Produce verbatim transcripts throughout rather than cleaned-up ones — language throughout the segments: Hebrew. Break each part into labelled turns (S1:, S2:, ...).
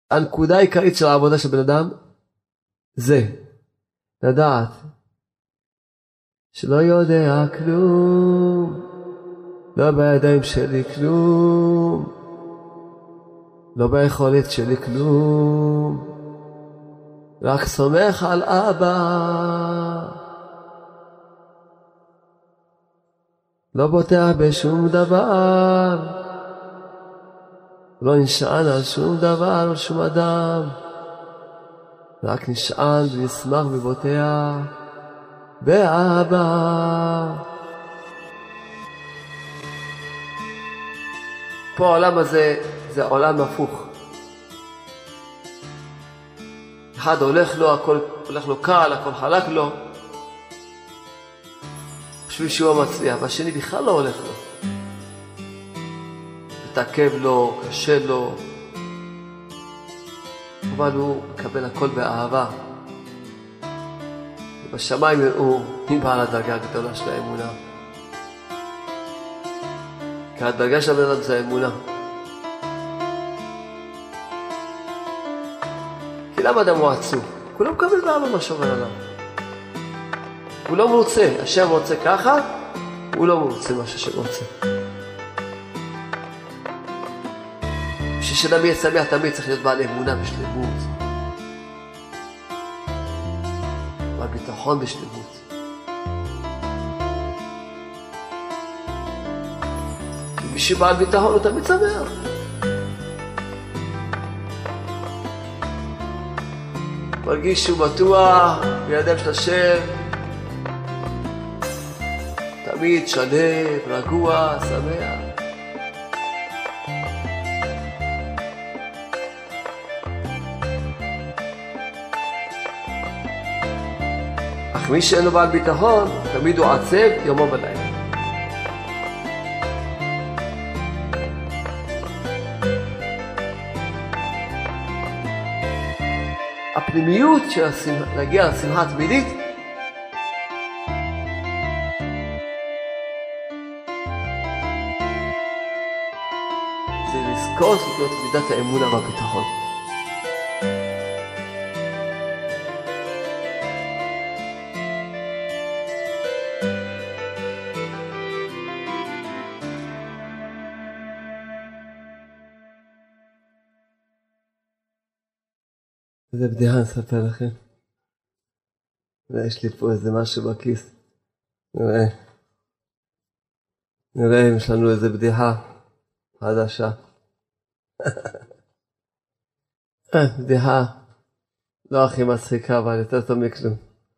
S1: הנקודה העיקרית של העבודה של בן אדם זה לדעת שלא יודע כלום, לא בידיים שלי כלום, לא ביכולת שלי כלום, רק סומך על אבא, לא בוטח בשום דבר, לא נשען על שום דבר, על שום אדם, רק נשען ונשמח ובוטח באבא. פה העולם הזה זה עולם הפוך. אחד הולך לו, הכל הולך לו קל, הכל חלק לו, בשביל שהוא מצליח, והשני בכלל לא הולך לו, מתעכב לו, קשה לו, אבל הוא מקבל הכל באהבה. בשמיים יראו מי בעל הדרגה הגדולה של האמונה, כי הדרגה של הבן אדם זה האמונה. כי למה אדם הוא עצוב? הוא לא מקבל באהבה מה שעובר עליו, הוא לא מרוצה. השם רוצה ככה, הוא לא מרוצה מה שהשם רוצה. כשאדם יהיה שמח תמיד צריך להיות בעל אמונה בשלמות, בעל ביטחון בשלמות. מי שבעל ביטחון הוא תמיד שמח. מרגיש שהוא בטוח בידיו של השם, תמיד שלב, רגוע, שמח. אך מי שאין לו בעל ביטחון, תמיד הוא עצב יומו ולילה. הפנימיות של השמחה, להגיע לשמחה תמידית, זה לזכור לקנות מידת האמונה והביטחון. זה בדיחה נספר לכם. יש לי פה איזה משהו בכיס. נראה. נראה אם יש לנו איזה בדיחה חדשה. בדיחה לא הכי מצחיקה, אבל יותר טוב מכלום.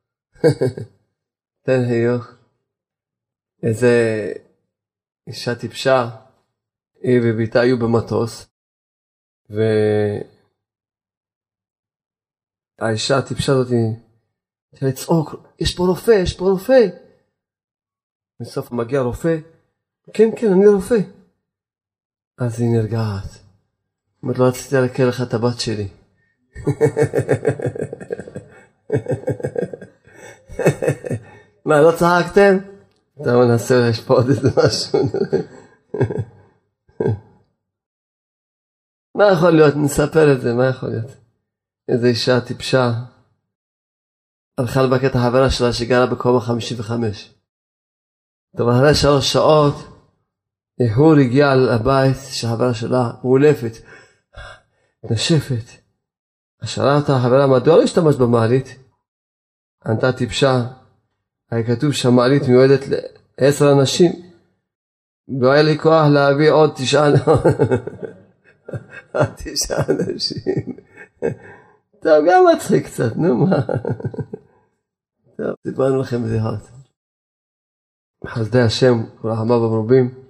S1: תן היוך. איזה אישה טיפשה, היא וביתה היו במטוס, ו... האישה הטיפשה הזאת התחילה לצעוק, יש פה רופא, יש פה רופא. בסוף מגיע רופא, כן, כן, אני רופא. אז היא נרגעת. אומרת, לא רציתי לקרוא לך את הבת שלי. מה, לא צחקתם? טוב, נעשה, יש פה עוד איזה משהו. מה יכול להיות? נספר את זה, מה יכול להיות? איזו אישה טיפשה הלכה לבקר את החברה שלה שגרה בקומה חמישים וחמש. טוב, אחרי שלוש שעות איחור הגיע לבית של החברה שלה, מולפת, נשפת. שאלה אותה החברה, מדוע לא השתמש במעלית? ענתה טיפשה, היה כתוב שהמעלית מיועדת לעשר אנשים, לא היה לי כוח להביא עוד תשעה תשעה אנשים. טוב, גם מצחיק קצת, נו מה. טוב, סיפרנו לכם בדיחות. בחסדי השם, רחמיו המרובים,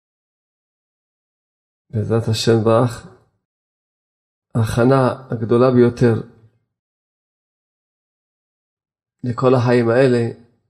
S1: בעזרת השם ברך, ההכנה הגדולה ביותר לכל החיים האלה,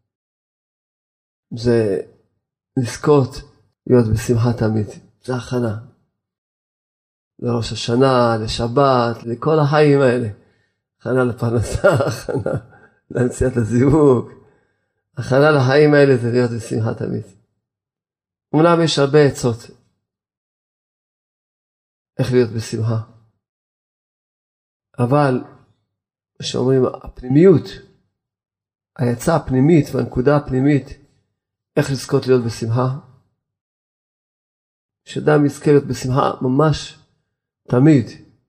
S1: זה לזכות להיות בשמחה תמיד. זה הכנה. לראש השנה, לשבת, לכל החיים האלה. הכנה לפרנסה, הכנה למציאת הזיווג. הכנה לחיים האלה זה להיות בשמחה תמיד. אומנם יש הרבה עצות איך להיות בשמחה. אבל, שאומרים, הפנימיות, היצאה הפנימית והנקודה הפנימית, איך לזכות להיות בשמחה? שאדם יזכה להיות בשמחה ממש תמיד.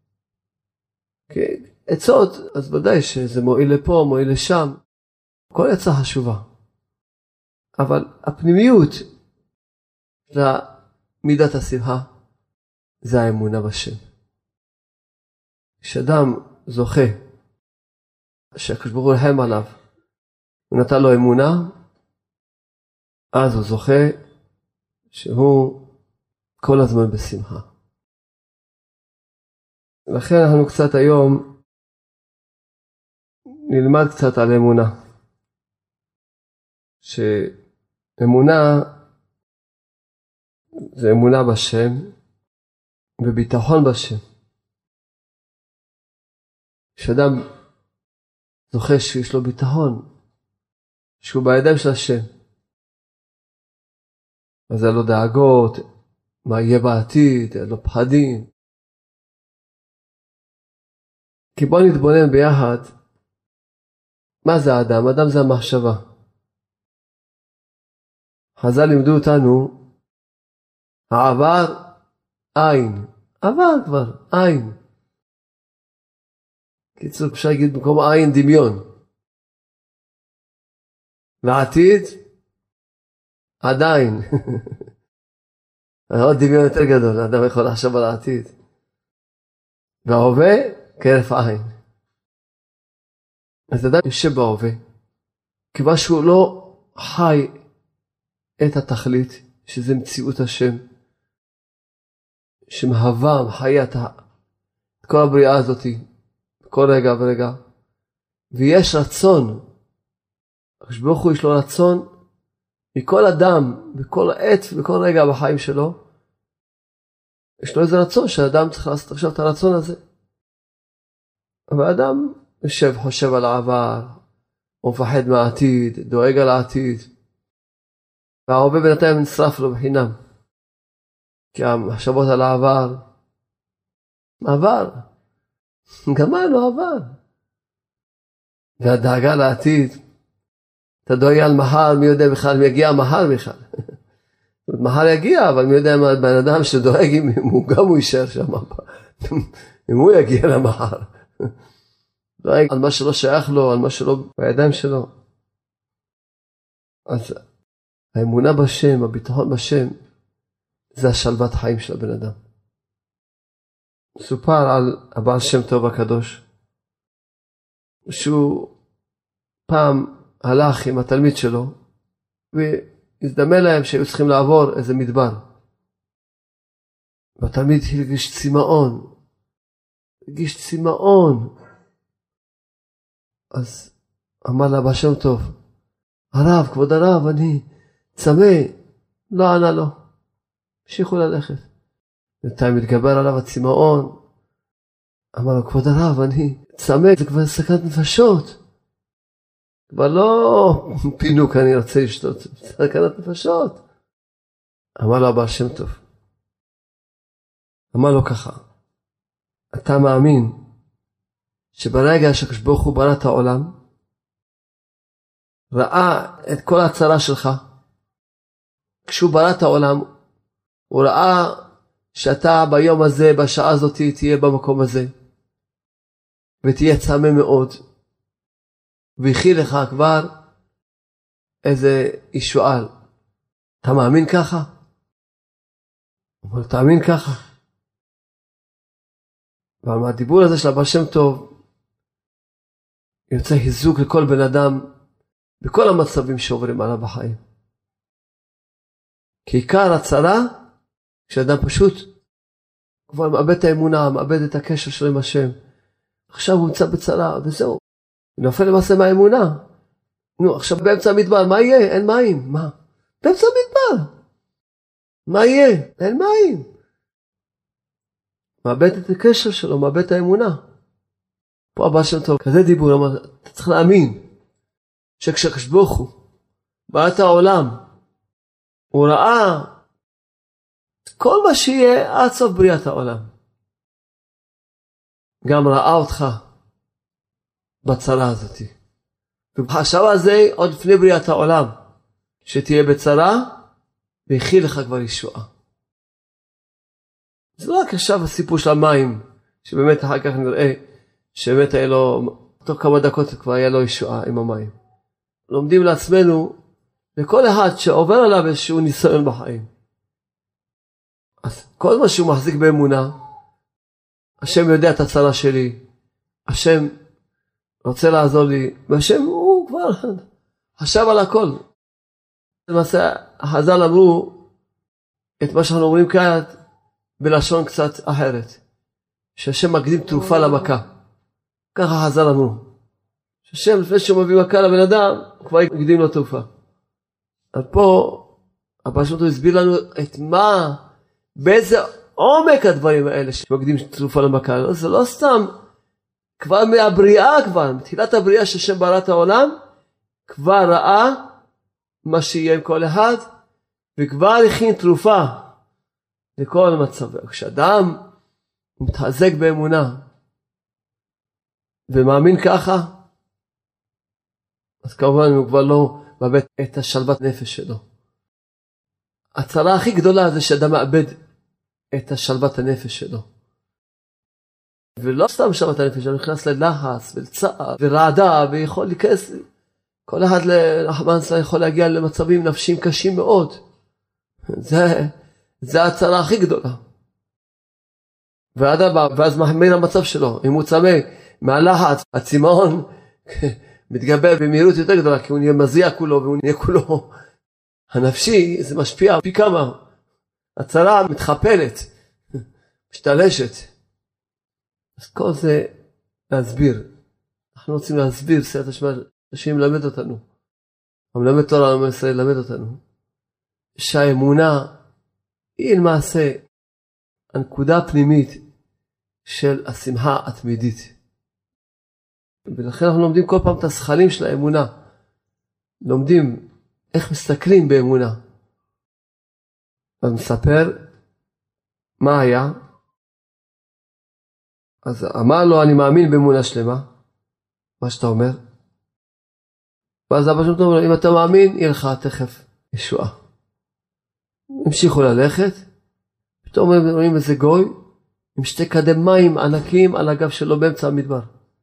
S1: כי עצות, אז ודאי שזה מועיל לפה, מועיל לשם. כל עצה חשובה. אבל הפנימיות למידת השמחה זה האמונה בשם. כשאדם זוכה שהקדוש ברוך הוא רחם עליו, הוא נתן לו אמונה, אז הוא זוכה שהוא כל הזמן בשמחה. לכן אנחנו קצת היום נלמד קצת על אמונה. שאמונה זה אמונה בשם וביטחון בשם. כשאדם זוכה שיש לו ביטחון, שהוא בידיים של השם, אז אין לו דאגות, מה יהיה בעתיד, אין לו פחדים. כי בוא נתבונן ביחד, מה זה האדם? האדם זה המחשבה. חז"ל לימדו אותנו, העבר עין, עבר כבר עין. קיצור, אפשר להגיד במקום עין דמיון. והעתיד עדיין. עוד דמיון יותר גדול, האדם יכול לחשוב על העתיד. וההווה כהרף עין. אז האדם יושב בהווה, כיוון שהוא לא חי את התכלית, שזה מציאות השם, שמהווה, מחיה את כל הבריאה הזאת, כל רגע ורגע. ויש רצון, הקדוש ברוך הוא יש לו רצון, מכל אדם, בכל עת ובכל רגע בחיים שלו, יש לו איזה רצון שהאדם צריך לעשות עכשיו את הרצון הזה. אבל האדם יושב, חושב על העבר, הוא מפחד מהעתיד, דואג על העתיד, וההווה בינתיים נשרף לו בחינם. כי המחשבות על העבר, עבר, גמרנו עבר. והדאגה לעתיד, אתה דואג על מחר, מי יודע בכלל, מי יגיע מחר בכלל. מחר יגיע, אבל מי יודע מה בן אדם שדואג אם הוא גם הוא יישאר שם, אם הוא יגיע למחר. דואג על מה שלא שייך לו, על מה שלא בידיים שלו. אז האמונה בשם, הביטחון בשם, זה השלוות חיים של הבן אדם. סופר על הבעל שם טוב הקדוש, שהוא פעם הלך עם התלמיד שלו, והזדמן להם שהיו צריכים לעבור איזה מדבר. והתלמיד הרגיש צמאון, הרגיש צמאון. אז אמר לה הבעל שם טוב, הרב, כבוד הרב, אני צמא. לא ענה לו, המשיכו ללכת. בינתיים מתגבר עליו הצמאון, אמר לו, כבוד הרב, אני צמא, זה כבר סכנת נפשות. כבר לא פינוק, אני רוצה לשתות, סכנת נפשות. אמר לו הבעל שם טוב, אמר לו ככה, אתה מאמין שברגע שהקדוש ברוך הוא ברא את העולם, ראה את כל הצרה שלך, כשהוא ברא את העולם, הוא ראה שאתה ביום הזה, בשעה הזאת, תהיה במקום הזה, ותהיה צמא מאוד, והכיל לך כבר איזה ישועל. אתה מאמין ככה? הוא אומר, תאמין ככה. ומהדיבור הזה של הבעל שם טוב, יוצא חיזוק לכל בן אדם, בכל המצבים שעוברים עליו בחיים. כי עיקר הצרה, כשאדם פשוט כבר מאבד את האמונה, מאבד את הקשר שלו עם השם, עכשיו הוא נמצא בצרה, וזהו. הוא נופל למעשה מהאמונה. נו, עכשיו באמצע המדבר, מה יהיה? אין מים. מה? באמצע המדבר. מה יהיה? אין מים. מאבד את הקשר שלו, מאבד את האמונה. פה הבעל שם טוב, כזה דיבור, אמר, אתה צריך להאמין, שכשהקדוש ברוך הוא ברא את העולם, הוא ראה כל מה שיהיה עד סוף בריאת העולם. גם ראה אותך בצרה הזאת. ובחשב הזה עוד לפני בריאת העולם, שתהיה בצרה, והכיל לך כבר ישועה. זה לא רק עכשיו הסיפור של המים, שבאמת אחר כך נראה שבאמת היה לו, תוך כמה דקות כבר היה לו ישועה עם המים. לומדים לעצמנו, לכל אחד שעובר עליו איזשהו ניסיון בחיים. אז כל מה שהוא מחזיק באמונה, השם יודע את הצרה שלי, השם רוצה לעזור לי, והשם הוא כבר חשב על הכל. למעשה, החז"ל אמרו את מה שאנחנו אומרים כאן בלשון קצת אחרת, שהשם מקדים תרופה למכה. ככה החז"ל אמרו. שהשם לפני שהוא מביא מכה לבן אדם, הוא כבר יקדים לו תרופה. אבל פה, הפרשנות הוא הסביר לנו את מה, באיזה עומק הדברים האלה שמקדים תרופה למכה. זה לא סתם, כבר מהבריאה כבר, מתחילת הבריאה שהשם ברא את העולם, כבר ראה מה שיהיה עם כל אחד, וכבר הכין תרופה לכל מצב. כשאדם מתחזק באמונה, ומאמין ככה, אז כמובן הוא כבר לא מאבד את השלוות נפש שלו. הצרה הכי גדולה זה שאדם מאבד את השלוות הנפש שלו. ולא סתם שלוות הנפש, הוא נכנס ללחץ ולצער ורעדה, ויכול להיכנס, כל אחד לרחמן יכול להגיע למצבים נפשיים קשים מאוד. זה, זה הצרה הכי גדולה. ואדרבה, ואז מחמיר המצב שלו. אם הוא צמא מהלחץ, הצמאון מתגבר במהירות יותר גדולה, כי הוא נהיה מזיע כולו, והוא נהיה כולו הנפשי, זה משפיע פי כמה. הצרה מתחפלת, משתלשת. אז כל זה להסביר. אנחנו רוצים להסביר, סייעת השמיים, השם מלמד אותנו. המלמד תורה מלמד אותנו. שהאמונה היא למעשה הנקודה הפנימית של השמחה התמידית. ולכן אנחנו לומדים כל פעם את השכלים של האמונה. לומדים איך מסתכלים באמונה. אז מספר מה היה. אז אמר לו, אני מאמין באמונה שלמה. מה שאתה אומר. ואז אבא שלנו אומר, אם אתה מאמין, יהיה לך תכף ישועה. המשיכו ללכת. פתאום רואים איזה גוי, עם שתי כדי מים ענקים על הגב שלו באמצע המדבר.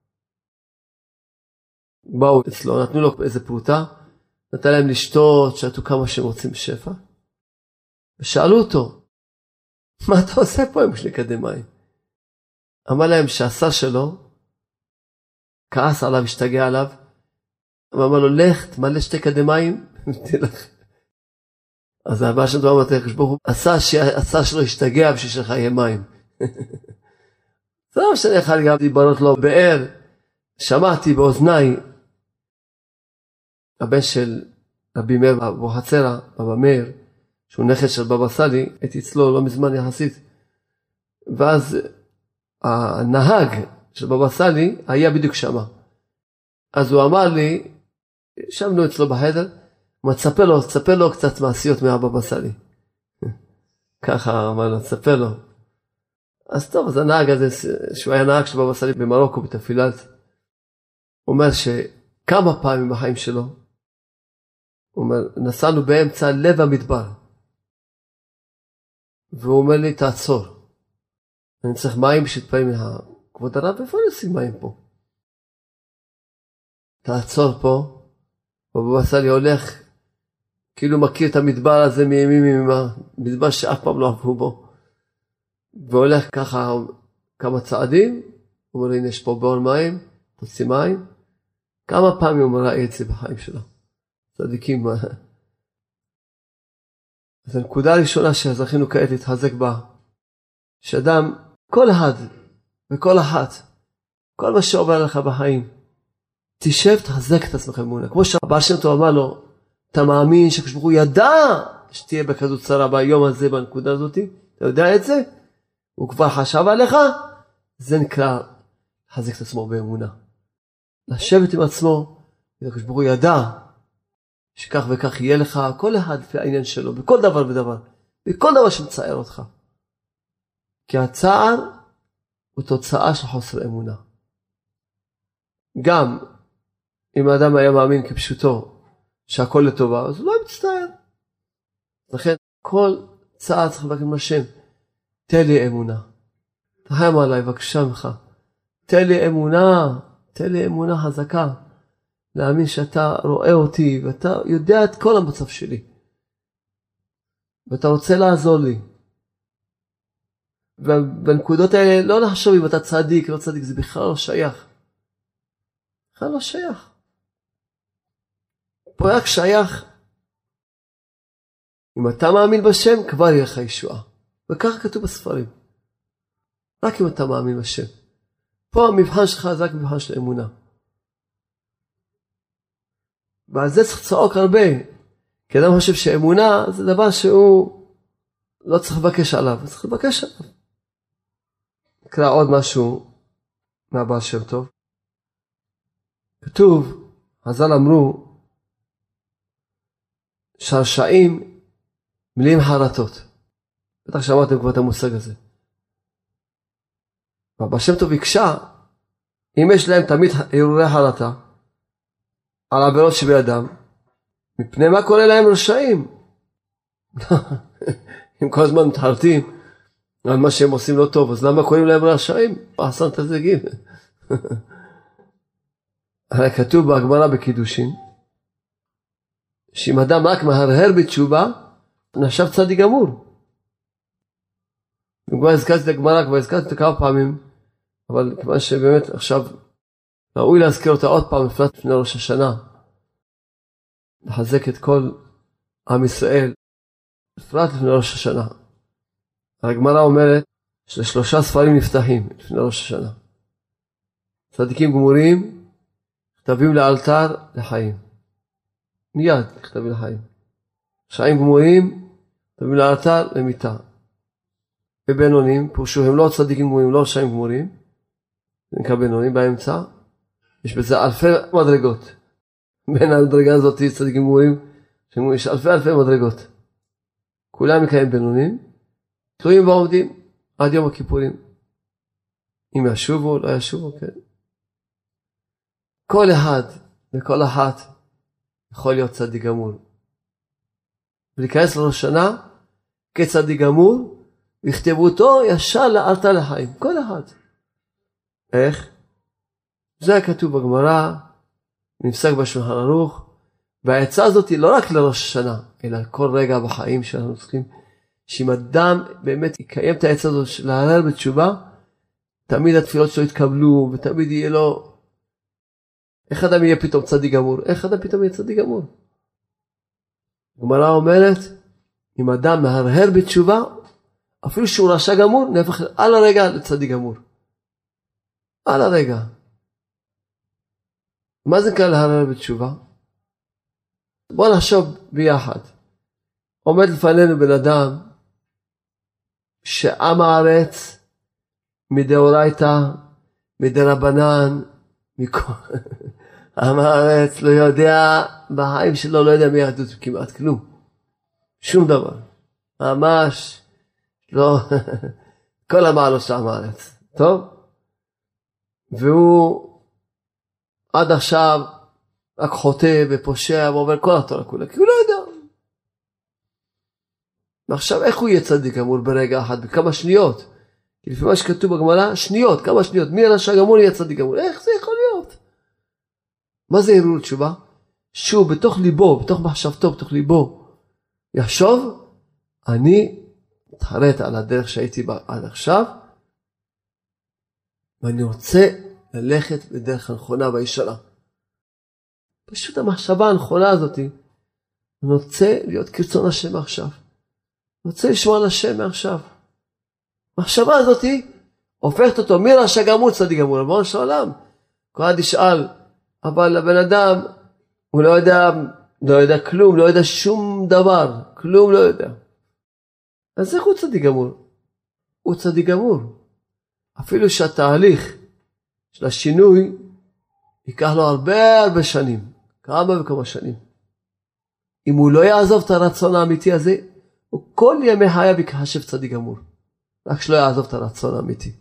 S1: באו אצלו, נתנו לו איזה פרוטה, נתן להם לשתות, שתו כמה שהם רוצים בשפע. ושאלו אותו, מה אתה עושה פה עם שני כדי מים? אמר להם שהשר שלו, כעס עליו, השתגע עליו, ואמר לו, לך, תמלא שתי כדי מים, תלך. אז הבא שלנו אמר, תחשבו, השר שלו השתגע בשביל שלך יהיה מים. זה לא משנה אחד גם דיברות לו באר, שמעתי באוזניי, הבן של רבי מאיר אבוחצירא, בבא מאיר, שהוא נכד של בבא סאלי, הייתי אצלו לא מזמן יחסית, ואז הנהג של בבא סאלי היה בדיוק שמה. אז הוא אמר לי, ישבנו אצלו בחדר, הוא תספר לו, תספר לו קצת מעשיות מהבבא סאלי. ככה אמר לו, תספר לו. אז טוב, אז הנהג הזה, שהוא היה נהג של בבא סאלי במרוקו, בתפילת, הוא אומר שכמה פעמים בחיים שלו, הוא אומר, נסענו באמצע לב המדבר. והוא אומר לי, תעצור. אני צריך מים שתפעים מה... כבוד הרב, איפה אני עושים מים פה? תעצור פה. ובבא סאלי הולך, כאילו מכיר את המדבר הזה מימים ימימה, מדבר שאף פעם לא עברו בו. והולך ככה כמה צעדים, הוא אומר, הנה יש פה באור מים, תוציא מים. כמה פעמים הוא ראה את זה בחיים שלו. צדיקים. אז הנקודה הראשונה שזכינו כעת להתחזק בה, שאדם, כל אחד וכל אחת, כל מה שעובר לך בחיים, תשב, תחזק את עצמך אמונה. כמו שהבעל שם טוב אמר לו, אתה מאמין שהקדוש ברוך הוא ידע שתהיה בכזאת צרה ביום הזה, בנקודה הזאת? אתה יודע את זה? הוא כבר חשב עליך? זה נקרא לחזק את עצמו באמונה. לשבת עם עצמו, הקדוש ברוך הוא ידע שכך וכך יהיה לך, כל אחד לפי העניין שלו, בכל דבר ודבר, בכל דבר שמצער אותך. כי הצער הוא תוצאה של חוסר אמונה. גם אם האדם היה מאמין כפשוטו שהכל לטובה, אז הוא לא מצטער. לכן כל צעד צריך לבקש מהשם, תן לי אמונה. תחם עליי, בבקשה ממך. תן לי אמונה, תן לי אמונה חזקה. להאמין שאתה רואה אותי ואתה יודע את כל המצב שלי. ואתה רוצה לעזור לי. ובנקודות האלה לא לחשוב אם אתה צדיק, לא צדיק, זה בכלל לא שייך. בכלל לא שייך. פה רק שייך. אם אתה מאמין בשם, כבר יהיה לך ישועה. וכך כתוב בספרים. רק אם אתה מאמין בשם. פה המבחן שלך זה רק מבחן של אמונה. ועל זה צריך לצעוק הרבה. כי אדם חושב שאמונה זה דבר שהוא לא צריך לבקש עליו. צריך לבקש עליו. נקרא עוד משהו מהבעל שם טוב. כתוב, חז"ל אמרו, שהרשעים מלאים חרטות. בטח שמעתם כבר את המושג הזה. והבעל שם טוב ביקשה, אם יש להם תמיד הרהורי חרטה, על העבירות שבידם, מפני מה קורה להם רשעים? אם כל הזמן מתחרטים על מה שהם עושים לא טוב, אז למה קוראים להם רשעים? אסן תזגים. הרי כתוב בהגמרא בקידושין, שאם אדם רק מהרהר בתשובה, נחשב צדיק גמור. כבר הזכרתי את הגמרא, כבר הזכרתי את כמה פעמים, אבל כיוון שבאמת עכשיו ראוי להזכיר אותה עוד פעם לפני לפני ראש השנה, לחזק את כל עם ישראל, לפני לפני ראש השנה. הגמרא אומרת שלשלושה ספרים נפתחים לפני ראש השנה. צדיקים גמורים, כתבים לאלתר לחיים. מיד כתבים לחיים. רשעים גמורים, כתבים לאלתר למיתה. ובינונים, פורשו הם לא צדיקים גמורים, לא רשעים גמורים, זה נקרא בינונים באמצע. יש בזה אלפי מדרגות. בין המדרגה הזאת צדיקים גמורים, יש אלפי אלפי מדרגות. כולם מקיים בינונים, תלויים ועומדים עד יום הכיפורים. אם ישובו, לא ישובו, כן. כל אחד וכל אחת יכול להיות צדיק גמור. ולהיכנס לראש שנה כצדיק גמור, ויכתבו אותו ישר לאלתר לחיים. כל אחד. איך? זה כתוב בגמרא, נפסק בשולחן ערוך, והעצה הזאת היא לא רק לראש השנה, אלא כל רגע בחיים שאנחנו צריכים, שאם אדם באמת יקיים את העצה הזאת של להרהר בתשובה, תמיד התפילות שלו יתקבלו, ותמיד יהיה לו, איך אדם יהיה פתאום צדיק גמור? איך אדם פתאום יהיה צדיק גמור? הגמרא אומרת, אם אדם מהרהר בתשובה, אפילו שהוא רשע גמור, נהפך על הרגע לצדיק גמור. על הרגע. מה זה כאן להרהר בתשובה? בואו נחשוב ביחד. עומד לפנינו בן אדם שעם הארץ מדאורייתא, מדרבנן, מכל... עם הארץ לא יודע, בחיים שלו לא יודע מי יהדות כמעט כלום. שום דבר. ממש לא, כל המעלות של עם הארץ. טוב? והוא עד עכשיו רק חוטא ופושע ועובר כל התורה כולה, כי הוא לא יודע. ועכשיו איך הוא יהיה צדיק גמור ברגע אחד, בכמה שניות? כי לפי מה שכתוב בגמרא, שניות, כמה שניות, מי הרשע גמור יהיה צדיק גמור? איך זה יכול להיות? מה זה הרהור תשובה? שהוא בתוך ליבו, בתוך מחשבתו, בתוך ליבו, יחשוב, אני מתחרט על הדרך שהייתי בה עד עכשיו, ואני רוצה ללכת בדרך הנכונה והישרה. פשוט המחשבה הנכונה הזאת, אני רוצה להיות כרצון השם עכשיו. אני רוצה לשמוע על השם מעכשיו. המחשבה הזאת הופכת אותו מרשע גמור צדיק גמור, ריבונו של עולם. כל אחד ישאל, אבל הבן אדם, הוא לא יודע, לא יודע כלום, לא יודע שום דבר, כלום לא יודע. אז איך הוא צדיק גמור? הוא צדיק גמור. אפילו שהתהליך של השינוי ייקח לו הרבה הרבה שנים, כמה וכמה שנים. אם הוא לא יעזוב את הרצון האמיתי הזה, הוא כל ימי חייו ייחשב צדיק גמור. רק שלא יעזוב את הרצון האמיתי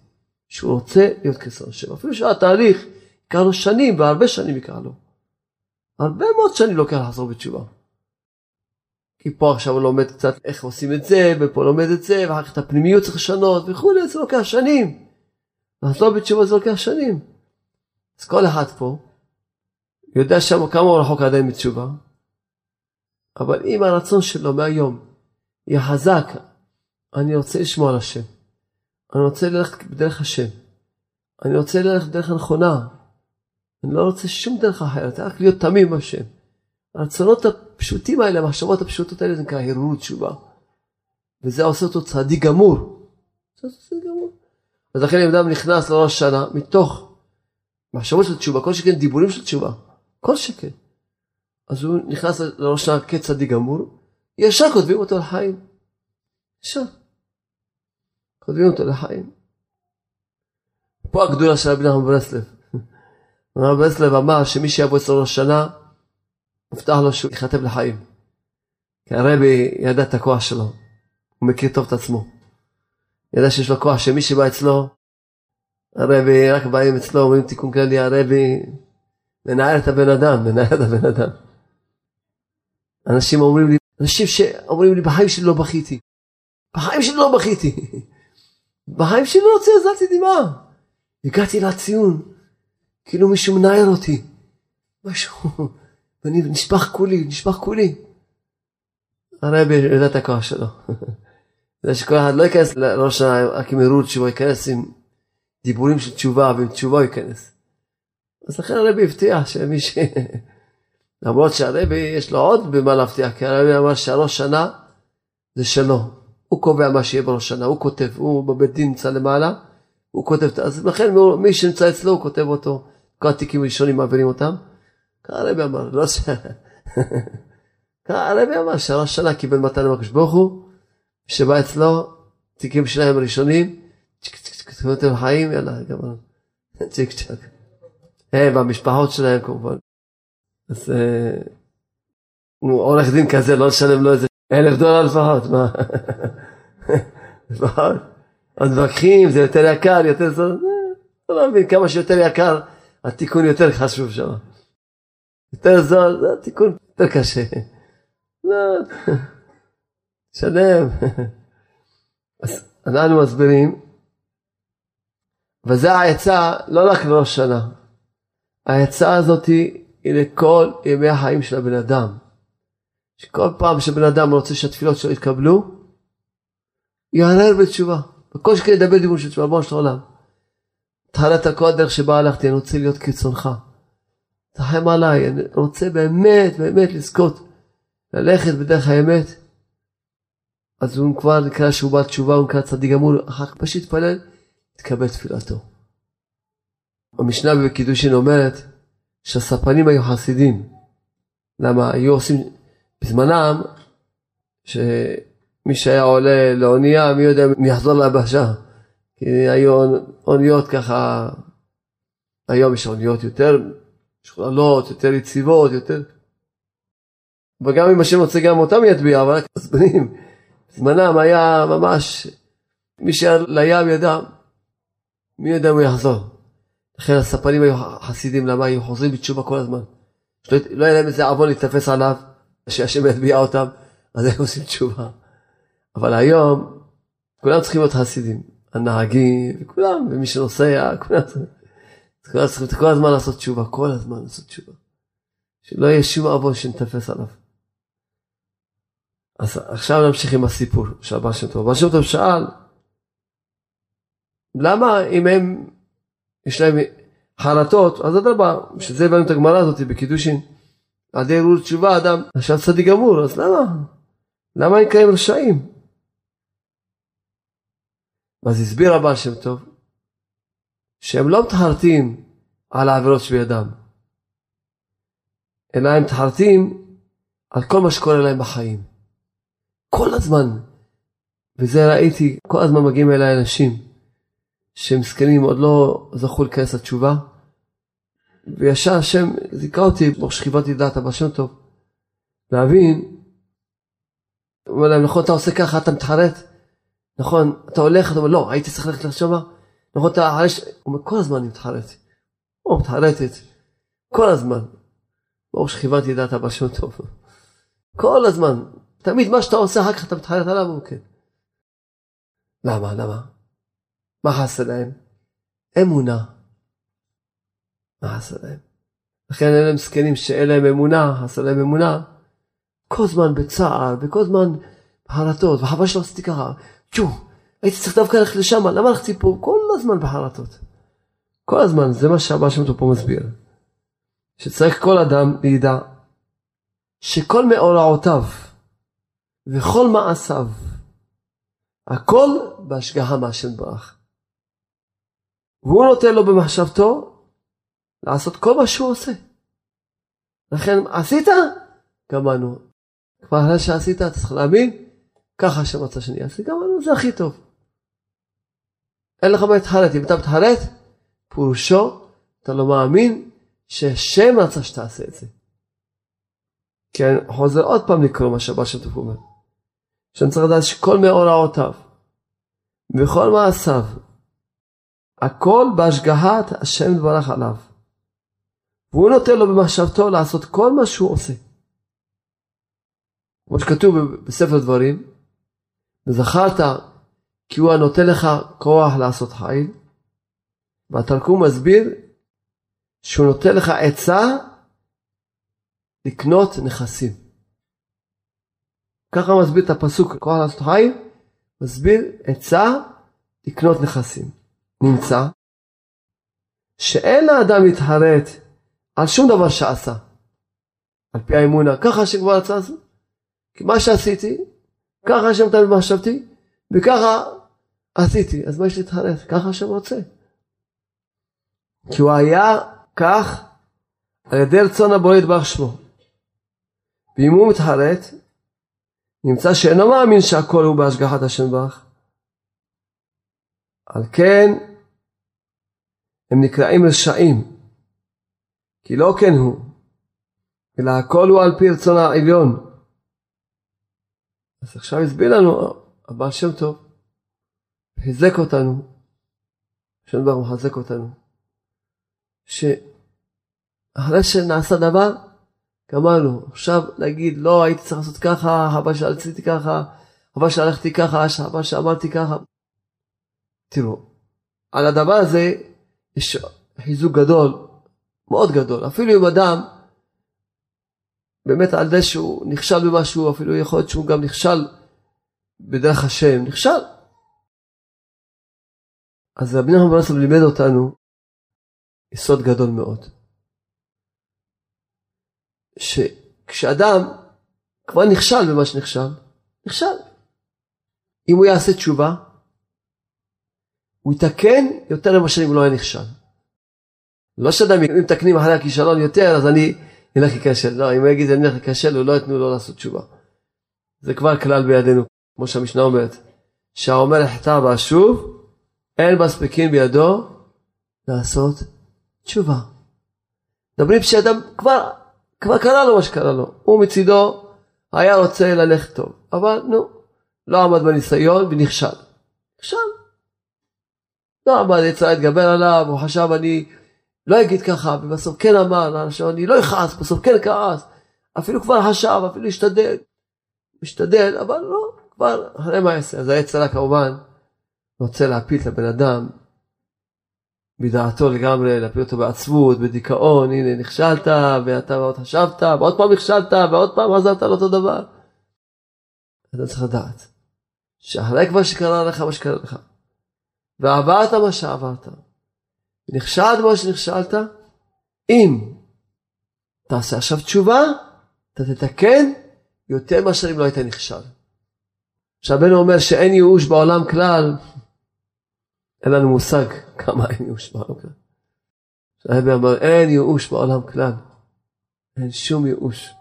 S1: שהוא רוצה להיות כרצון השם. אפילו שהתהליך יקרה לו שנים, והרבה שנים יקרה לו. הרבה מאוד שנים לוקח לחזור בתשובה. כי פה עכשיו הוא לומד קצת איך עושים את זה, ופה לומד את זה, ואחר כך את הפנימיות צריך לשנות, וכו', זה לוקח שנים. אז לא בתשובה זה לוקח שנים. אז כל אחד פה, יודע שם כמה הוא רחוק עדיין בתשובה, אבל אם הרצון שלו מהיום יהיה חזק, אני רוצה לשמוע על השם. אני רוצה ללכת בדרך השם. אני רוצה ללכת בדרך הנכונה. אני לא רוצה שום דרך אחרת, רק להיות תמים עם השם. הרצונות הפשוטים האלה, המחשבות הפשוטות האלה, זה נקרא הרהור תשובה. וזה עושה אותו צדיק גמור. זה צדיק גמור. אז לכן אם אדם נכנס לראש שנה, מתוך מחשבות של תשובה, כל שכן דיבורים של תשובה, כל שכן. אז הוא נכנס לראש שנה כצדיק גמור, ישר כותבים אותו לחיים. ישר. כותבים אותו לחיים. פה הגדולה של רבי נחמן מברסלב. רבי ברסלב אמר שמי שיבוא אצלו ראש שנה, מובטח לו שהוא יחטב לחיים. כי הרבי ידע את הכוח שלו. הוא מכיר טוב את עצמו. ידע שיש לו כוח שמי שבא אצלו, הרבי רק באים אצלו, אומרים תיקון כללי, הרבי מנער את הבן אדם, מנער את הבן אדם. אנשים אומרים לי, אנשים שאומרים לי, בחיים שלי לא בכיתי. בחיים שלי לא בכיתי. בחיים שלי לא רוצה, הזלתי דמעה. הגעתי לציון, כאילו מישהו מנער אותי. משהו, ואני נשפח כולי, נשפח כולי. הרבי יודע את הכוח שלו. זה שכל אחד לא ייכנס לראש הכמירות שבו ייכנס עם דיבורים של תשובה, ועם תשובה הוא ייכנס. אז לכן הרבי הבטיח שמי ש... למרות שהרבי יש לו עוד במה להבטיח, כי הרבי אמר שהראש שנה זה שלו. הוא קובע מה שיהיה בראש שנה, הוא כותב, הוא בבית דין נמצא למעלה, הוא כותב, אז לכן מי שנמצא אצלו הוא כותב אותו, כל התיקים ראשונים מעבירים אותם. הרבי אמר, לא ש... הרבי אמר שהראש שנה קיבל מתנה מהקדוש ברוך הוא, שבא אצלו, תיקים שלהם ראשונים, צ'יק צ'יק צ'יק, כותב חיים, יאללה, גמר, צ'יק צ'יק. הם, המשפחות שלהם כמובן. אז הוא עורך דין כזה, לא לשלם לו איזה אלף דולר לפחות, מה? לפחות. אז מבקחים, זה יותר יקר, יותר זול, לא מבין, כמה שיותר יקר, התיקון יותר חשוב שם. יותר זול, זה התיקון יותר קשה. לא, שלם. אז אנחנו מסבירים, וזה העצה, לא רק לראש שנה. העצה הזאת היא לכל ימי החיים של הבן אדם. שכל פעם שבן אדם רוצה שהתפילות שלו יתקבלו, יערער בתשובה. וכל שכן ידבר דיבור של תשובה, בוא של העולם. תחלת על כל הדרך שבה הלכתי, אני רוצה להיות כרצונך. תחם עליי, אני רוצה באמת, באמת לזכות, ללכת בדרך האמת. אז הוא כבר נקרא שהוא בא תשובה, הוא נקרא צדיק גמור, אחר כך פשוט יתפלל, יתקבל תפילתו. המשנה בקידושין אומרת, שהספנים היו חסידים. למה? היו עושים בזמנם, שמי שהיה עולה לאונייה, מי יודע מי יחזור ליבשה. כי היו אוניות ככה, היום יש אוניות יותר שכללות, יותר יציבות, יותר... וגם אם השם רוצה גם אותם יטביע, אבל רק הספנים. בזמנם היה ממש, מי שהיה לים ידע, מי יודע מי יחזור. לכן הספנים היו חסידים, למה היו חוזרים בתשובה כל הזמן. שלא, לא היה להם איזה עוון להתאפס עליו, שהשם יטביע אותם, אז היו עושים תשובה. אבל היום, כולם צריכים להיות חסידים. הנהגים, וכולם, ומי שנוסע, כולם צריכים, כולם צריכים כל הזמן לעשות תשובה, כל הזמן לעשות תשובה. שלא יהיה שום עוון שנתאפס עליו. אז עכשיו נמשיך עם הסיפור של הבעל שם טוב. הבעל שם טוב שאל, למה אם הם, יש להם חרטות, אז אדרבה, שזה הבאנו את הגמרא הזאת בקידושין, על ידי הרהור תשובה, אדם עכשיו צדיק גמור, אז למה? למה הם נקראים רשעים? ואז הסביר הבעל שם טוב, שהם לא מתחרטים על העבירות שבידם, אלא הם מתחרטים על כל מה שקורה להם בחיים. כל הזמן. וזה ראיתי, כל הזמן מגיעים אליי אנשים, שהם מסכנים, עוד לא זכו להיכנס לתשובה, וישר השם זיכה אותי, כמו שכיוונתי דעת הבעל שם טוב, להבין, הוא אומר להם, נכון, אתה עושה ככה, אתה מתחרט, נכון, אתה הולך, אתה אומר, לא, הייתי צריך ללכת לשמה, נכון, אתה חרש, הוא אומר, כל הזמן אני מתחרט. הוא מתחרטת. כל הזמן. ברור שכיוונתי דעת הבא שם טוב. כל הזמן. תמיד מה שאתה עושה, אחר כך אתה מתחרט עליו, הוא כן. למה? למה? מה חסר להם? אמונה. מה חסר להם? לכן אלה הם סקנים שאין להם אמונה, חסר להם אמונה. כל זמן בצער, וכל זמן בחרטות, וחבל שלא עשיתי ככה. תשו, הייתי צריך דווקא ללכת לשם, למה הלכתי פה? כל הזמן בחרטות. כל הזמן, זה מה שהבא שם פה מסביר. שצריך כל אדם לידע, שכל מאורעותיו, וכל מעשיו, הכל בהשגחה מהשם ברך. והוא נותן לו במחשבתו, לעשות כל מה שהוא עושה. לכן, עשית? גמרנו. כבר אחרי שעשית, אתה צריך להאמין, ככה שמצא שאני אעשה, גמרנו, זה הכי טוב. אין לך מה להתחרט. אם אתה מתחרט, פירושו, אתה לא מאמין, שהשם רצה שתעשה את זה. כן, חוזר עוד פעם לקרוא מה שהבא שם טוב אומר. שאני צריך לדעת שכל מאורעותיו, וכל מעשיו, הכל בהשגחת השם דברך עליו. והוא נותן לו במחשבתו לעשות כל מה שהוא עושה. כמו שכתוב בספר דברים, וזכרת כי הוא הנותן לך כוח לעשות חיל, והתרגום מסביר שהוא נותן לך עצה לקנות נכסים. ככה מסביר את הפסוק כוח לעשות חיל, מסביר עצה לקנות נכסים. נמצא שאין לאדם להתחרט על שום דבר שעשה, על פי האמונה, ככה שכבר רצה לעשות, כי מה שעשיתי, ככה השם נתן במחשבתי, וככה עשיתי, אז מה יש להתחרט? ככה השם רוצה. כי הוא היה כך על ידי רצון הבורא יתברך שמו. ואם הוא מתחרט, נמצא שאינו מאמין שהכל הוא בהשגחת השם יתברך. על כן הם נקראים רשעים, כי לא כן הוא, אלא הכל הוא על פי רצון העליון. אז עכשיו הסביר לנו הבעל שם טוב, חיזק אותנו, השם יתברך מחזק אותנו, שאחרי שנעשה דבר, גמרנו. עכשיו להגיד, לא הייתי צריך לעשות ככה, הבא שעשיתי ככה, הבא שהלכתי ככה, הבא שאמרתי ככה. תראו, על הדבר הזה יש חיזוק גדול, מאוד גדול. אפילו אם אדם, באמת על זה שהוא נכשל במשהו, אפילו יכול להיות שהוא גם נכשל בדרך השם, נכשל. אז רבי נחמן ברסלב לימד אותנו יסוד גדול מאוד. שכשאדם כבר נכשל במה שנכשל, נכשל. אם הוא יעשה תשובה, הוא יתקן יותר למה שאני לא היה נכשל. לא שאדם, אם תקנים אחרי הכישלון יותר, אז אני אלך להיכשל. לא, אם הוא יגיד אני אלך להיכשל, הוא לא יתנו לו לעשות תשובה. זה כבר כלל בידינו, כמו שהמשנה אומרת, שהאומר החטא ואשוב, אין מספיקים בידו לעשות תשובה. מדברים שאדם כבר, כבר קרה לו מה שקרה לו. הוא מצידו היה רוצה ללכת טוב, אבל נו, לא עמד בניסיון ונכשל. נכשל. לא עמד, יצא להתגבר עליו, הוא חשב אני לא אגיד ככה, ובסוף כן אמר, אני לא יכעס, בסוף כן כעס, אפילו כבר חשב, אפילו השתדל, משתדל, אבל לא, כבר אחרי מה יעשה. אז היצר כמובן רוצה להפיל את הבן אדם, בדעתו לגמרי, להפיל אותו בעצבות, בדיכאון, הנה נכשלת, ואתה עוד חשבת, ועוד פעם נכשלת, ועוד פעם עזרת על אותו דבר. אתה צריך לדעת, שאחרי כבר שקרה לך מה שקרה לך, ועברת מה שעברת, ונכשלת מה שנכשלת, אם תעשה עכשיו תשובה, אתה תתקן יותר מאשר אם לא היית נכשל. שהבן אומר שאין ייאוש בעולם כלל, אין לנו מושג כמה אין ייאוש בעולם כלל. שהבן אומר אין ייאוש בעולם כלל, אין שום ייאוש.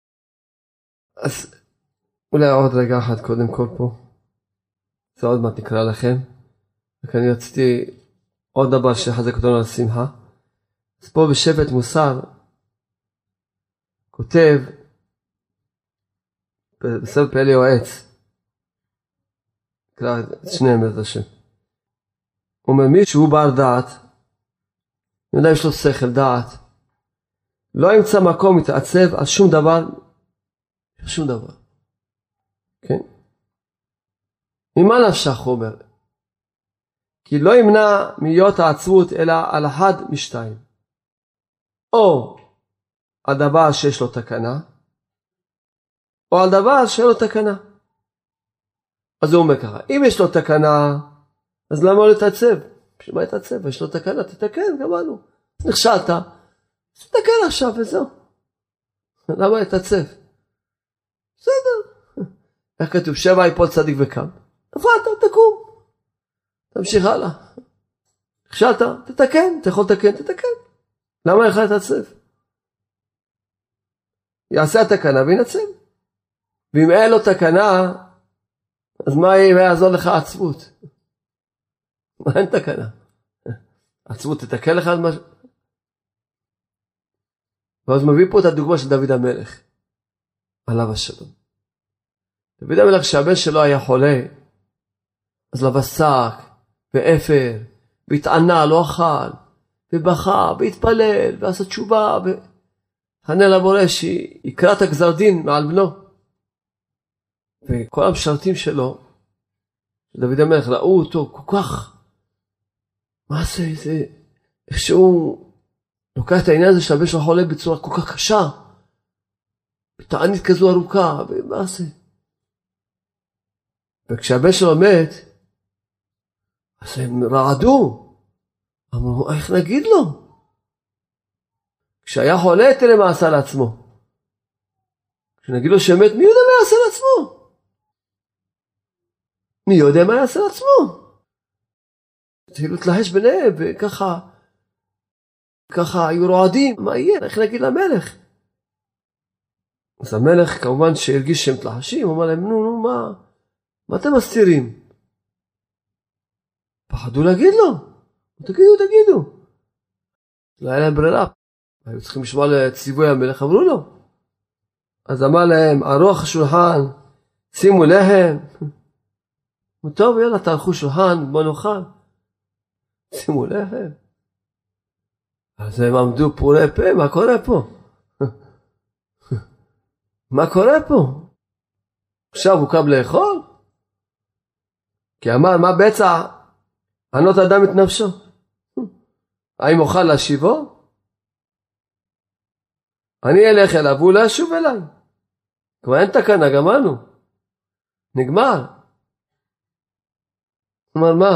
S1: אז אולי עוד רגע אחד קודם כל פה, זה עוד מעט נקרא לכם, רק אני רציתי עוד דבר שחזק אותנו על שמחה. אז פה בשבט מוסר כותב בספר פלא יועץ, נקרא את שניהם בעזרת השם, הוא אומר, מי שהוא בר דעת, יודע יש לו שכל דעת, לא ימצא מקום להתעצב על שום דבר, שום דבר. כן? ממה נפשך, הוא אומר? כי לא ימנע מהיות העצבות אלא על אחד משתיים. או על דבר שיש לו תקנה, או על דבר שאין לו תקנה. אז הוא אומר ככה, אם יש לו תקנה, אז למה הוא להתעצב? בשביל מה להתעצב? יש לו תקנה, תתקן, גמרנו. נכשלת, תתקן עכשיו וזהו. למה להתעצב? בסדר. איך כתוב? שבע יפול צדיק וקם. נפלת, תקום. תמשיך הלאה. נכשלת, תתקן, אתה יכול לתקן, תתקן. למה לך להתעצב? יעשה התקנה וינצב. ואם אין לו תקנה, אז מה יעזור לך עצבות? מה אין תקנה? עצבות תתקן לך על משהו? ואז מביא פה את הדוגמה של דוד המלך, עליו השלום. דוד המלך שהבן שלו היה חולה, אז לבש שק ואפר, והתענה, לא אכל, ובכה, והתפלל, ועשה תשובה, וחנה לבורא שיקרא את הגזר דין מעל בנו. וכל המשרתים שלו, דוד המלך, ראו אותו כל כך, מה זה, זה, איך שהוא לוקח את העניין הזה של הבן שלו חולה בצורה כל כך קשה, בתענית כזו ארוכה, ומה זה? וכשהבן שלו מת, אז הם רעדו, אמרו, איך נגיד לו? כשהיה חולה, תראה מה עשה לעצמו. כשנגיד לו שמת, מי יודע מה יעשה לעצמו? מי יודע מה יעשה לעצמו? התחילו להתלהש ביניהם, וככה, ככה היו רועדים, מה יהיה? איך נגיד למלך? אז המלך כמובן שהרגיש שהם תלהשים, הוא אמר להם, נו, נו, מה? מה אתם מסתירים? פחדו להגיד לו. תגידו, תגידו. לא היה להם ברירה. היו צריכים לשמוע לציווי המלך, אמרו לו. אז אמר להם, ערוך השולחן, שימו להם. טוב, יאללה, תערכו שולחן, בוא נאכל. שימו להם. אז הם עמדו פורי פה, מה קורה פה? מה קורה פה? עכשיו הוא קם לאכול? כי אמר, מה בצע? ענות אדם את נפשו. האם אוכל להשיבו? אני אלך אליו, והוא לא ישוב אליי. כבר אין תקנה, גמרנו. נגמר. אמר, מה?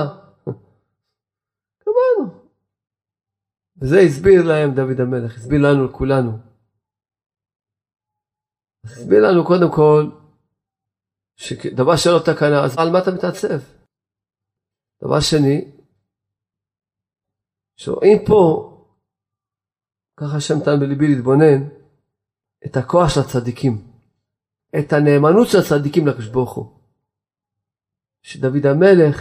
S1: גמרנו. וזה הסביר להם דוד המלך, הסביר לנו לכולנו. הסביר לנו קודם כל, שדבר שלא תקנה, אז על מה אתה מתעצב? דבר שני, שרואים פה, ככה שם נתן בליבי להתבונן, את הכוח של הצדיקים, את הנאמנות של הצדיקים לקדוש ברוך הוא. שדוד המלך,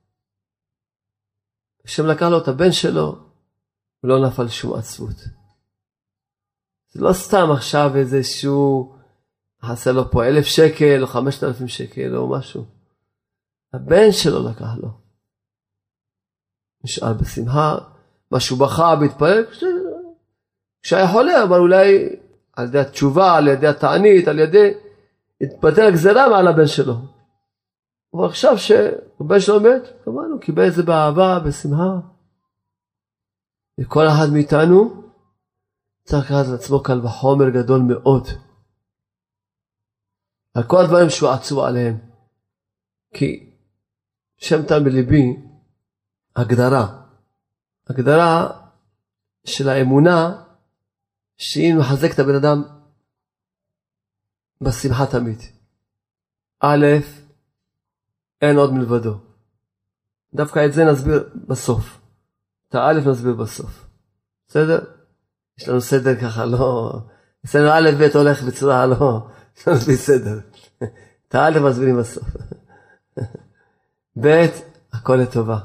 S1: השם לקח לו את הבן שלו, ולא נפל שום עצבות. זה לא סתם עכשיו איזשהו, חסר לו פה אלף שקל, או חמשת אלפים שקל, או משהו. הבן שלו לקח לו. נשאר בשמחה, משהו בכה, בהתפעל, כשהיה חולה, אבל אולי על ידי התשובה, על ידי התענית, על ידי, התפטר הגזרה מעל הבן שלו. אבל עכשיו שהבן שלו מת, כמובן, קיבל את זה באהבה, בשמחה. וכל אחד מאיתנו צריך לקחת לעצמו קל וחומר גדול מאוד. על כל הדברים שהוא עצוב עליהם. כי שם נתן בליבי הגדרה. הגדרה של האמונה שהיא מחזקת את הבן אדם בשמחה תמיד. א', אין עוד מלבדו. דווקא את זה נסביר בסוף. את הא' נסביר בסוף. בסדר? יש לנו סדר ככה, לא... אצלנו א' ב' הולך בצורה לא... לא נסביר סדר. את הא' מסבירים בסוף. ב', הכל לטובה.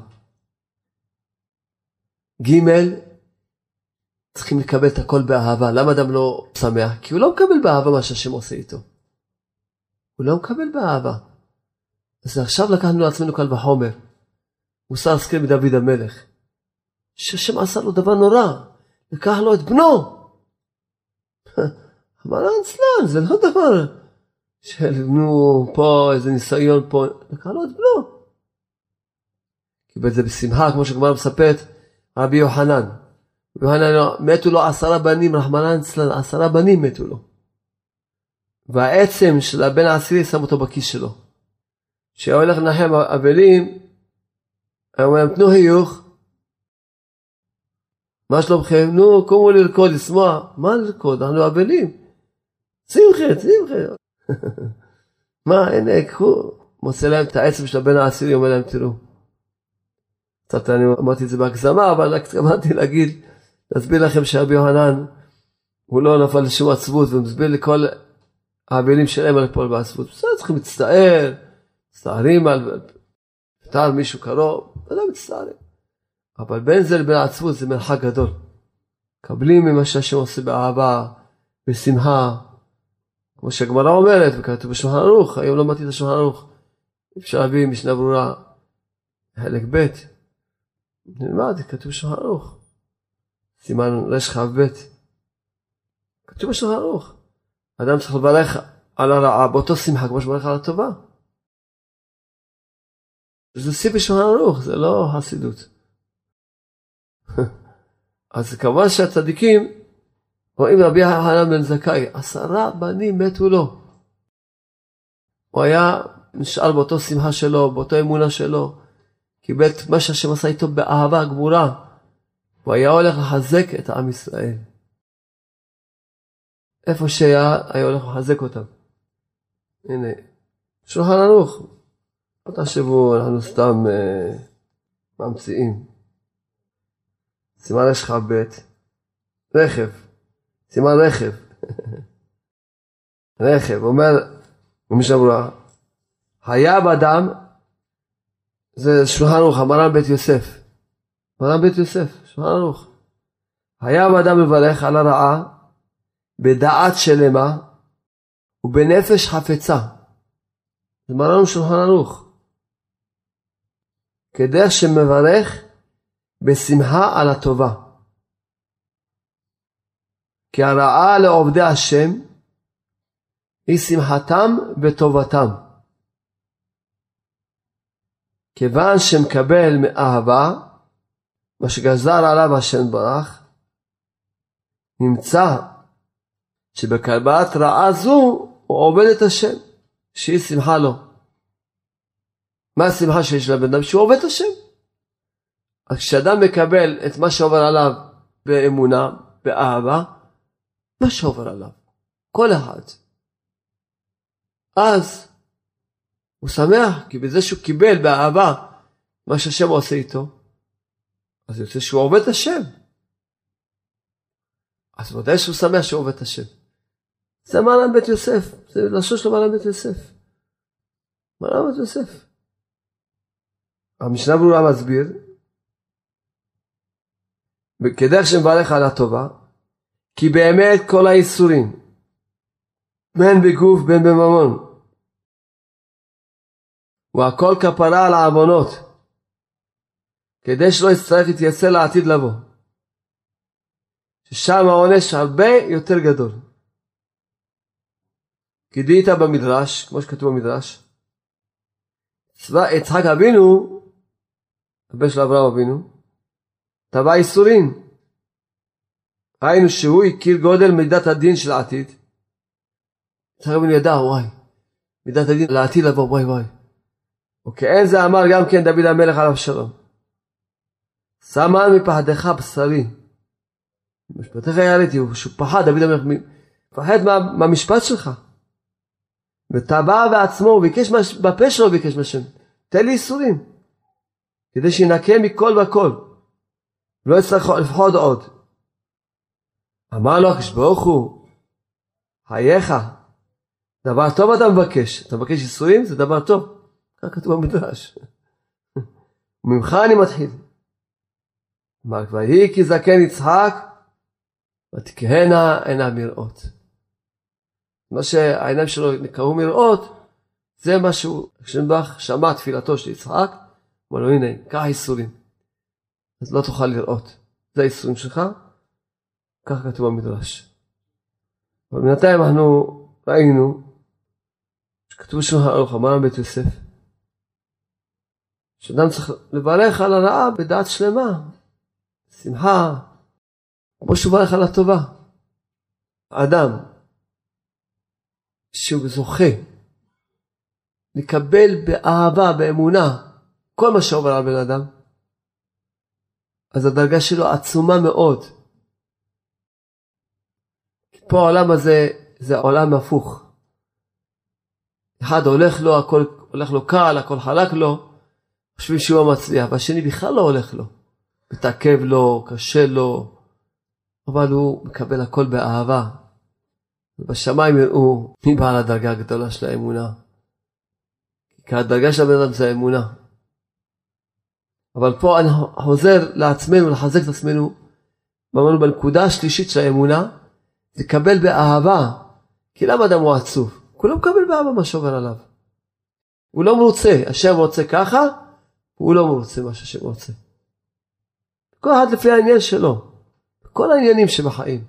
S1: ג', צריכים לקבל את הכל באהבה. למה אדם לא שמח? כי הוא לא מקבל באהבה מה שהשם עושה איתו. הוא לא מקבל באהבה. אז עכשיו לקחנו לעצמנו קל וחומר. מוסר השכל מדוד המלך, שהשם עשה לו דבר נורא, לקח לו את בנו. אמר אצלן, זה לא דבר של נו פה איזה ניסיון פה, לקח לו את בנו. קיבל זה בשמחה, כמו שגמרא מספרת רבי יוחנן. יוחנן מתו לו עשרה בנים, רחמנא ליצלן, עשרה בנים מתו לו. והעצם של הבן העשירי שם אותו בכיס שלו. כשהיה הולך לנחם אבלים, היה אומר, תנו חיוך. מה שלומכם? נו, קומו לרקוד, לשמוע. מה לרקוד? אנחנו אבלים. שמחה, שמחה. מה, הנה, קחו. מוצא להם את העצם של הבן העשירי, אומר להם, תראו. קצת אני אמרתי את זה בהגזמה, אבל התכוונתי להגיד, להסביר לכם שאבי יוחנן, הוא לא נפל לשום עצבות, ומסביר לכל האבלים שלהם על פועל בעצבות. בסדר, צריכים להצטער, מצטערים על פתר מישהו קרוב, לא מצטערים. אבל בין זה לבין העצבות זה מרחק גדול. קבלים ממה שהשם עושה באהבה, בשמחה, כמו שהגמרא אומרת, וכתוב בשולחן ערוך, היום לא למדתי את השולחן ערוך, אפשר להביא משנה ברורה, חלק ב', נלמד, כתוב בשולחן ערוך, סימן רש חב ב', כתוב בשולחן ערוך, אדם צריך לברך על הרעה, באותו שמחה, כמו שברך על הטובה. זה שיא בשולחן ערוך, זה לא חסידות. אז כמובן שהצדיקים, רואים רבי יוחנן בן זכאי, עשרה בנים מתו לו. הוא היה נשאר באותו שמחה שלו, באותו אמונה שלו, קיבל את מה שהשם עשה איתו באהבה גמורה. הוא היה הולך לחזק את עם ישראל. איפה שהיה, היה הולך לחזק אותם. הנה, שולחן ערוך. לא תחשבו, אנחנו סתם אה, ממציאים. סימן רש חב ב', רכב. סימן רכב. רכב, אומר, במשנה ברורה, היה באדם, זה שולחן ערוך, מרן בית יוסף. מרן בית יוסף, שולחן ערוך. היה באדם מברך על הרעה, בדעת שלמה, ובנפש חפצה. זה מרן שולחן ערוך. כדרך שמברך בשמחה על הטובה. כי הרעה לעובדי השם היא שמחתם וטובתם. כיוון שמקבל מאהבה, מה שגזר עליו השם ברח, נמצא שבקבלת רעה זו הוא עובד את השם, שהיא שמחה לו. מה השמחה שיש לבן אדם? שהוא עובד את השם. אז כשאדם מקבל את מה שעובר עליו באמונה, באהבה, מה שעובר עליו, כל אחד, אז הוא שמח, כי בזה שהוא קיבל באהבה מה שהשם עושה איתו, אז יוצא שהוא עובד את השם. אז ודאי שהוא שמח שהוא עובד את השם. זה מרן בית יוסף, זה לשון של מרן בית יוסף. מרן בית יוסף. המשנה ברורה מסביר, כדרך שמברך על הטובה, כי באמת כל האיסורים, בין בגוף בין בממון, והכל כפרה על העוונות, כדי שלא יצטרך להתייצר לעתיד לבוא, ששם העונש הרבה יותר גדול. כי דהית במדרש, כמו שכתוב במדרש, יצחק אבינו, הבן של אברהם אבינו, טבע איסורים. ראינו שהוא הכיר גודל מידת הדין של העתיד. יצחק אבינו ידע, וואי, מידת הדין לעתיד לבוא, וואי וואי. וכאין זה אמר גם כן דוד המלך עליו שלום. סמן מפחדך בשרי. משפטך יעליתי, שהוא פחד, דוד המלך, פחד מה, מהמשפט שלך. וטבע בעצמו, הוא ביקש בפה שלו, ביקש מהשם, תן לי איסורים, כדי שינקה מכל וכל, לא יצטרך לפחוד עוד. אמר לו הקדוש ברוך הוא, חייך, דבר טוב אתה מבקש, אתה מבקש איסורים, זה דבר טוב, כך כתוב במדרש. וממך אני מתחיל. אמר ויהי כי זקן יצחק, ותקהנה עיניו מראות. מה שהעיניים שלו נקראו מראות, זה משהו, כשנבח שמע תפילתו של יצחק, אמר לו, הנה, קח איסורים. אז לא תוכל לראות. זה האיסורים שלך, כך כתוב במדרש. אבל בינתיים אנחנו ראינו, שכתוב שולחן ערוך, אמר בית יוסף, שאדם צריך לברך על הרעה בדעת שלמה, שמחה, כמו שהוא ברך על הטובה. האדם שהוא זוכה לקבל באהבה, באמונה, כל מה שעובר על בן אדם, אז הדרגה שלו עצומה מאוד. פה העולם הזה, זה העולם הפוך. אחד הולך לו, הכל הולך לו קל, הכל חלק לו, חושבים שהוא מצליח, והשני בכלל לא הולך לו. מתעכב לו, קשה לו, אבל הוא מקבל הכל באהבה. ובשמיים יראו מי בעל הדרגה הגדולה של האמונה. כי הדרגה של הבן אדם זה האמונה. אבל פה אני חוזר לעצמנו, לחזק את עצמנו, ואמרנו בנקודה השלישית של האמונה, לקבל באהבה. כי למה אדם הוא עצוב? הוא לא מקבל באהבה מה שעובר עליו. הוא לא מרוצה, השם רוצה ככה, הוא לא מרוצה מה שהשם רוצה. כל אחד לפי העניין שלו, כל העניינים שבחיים.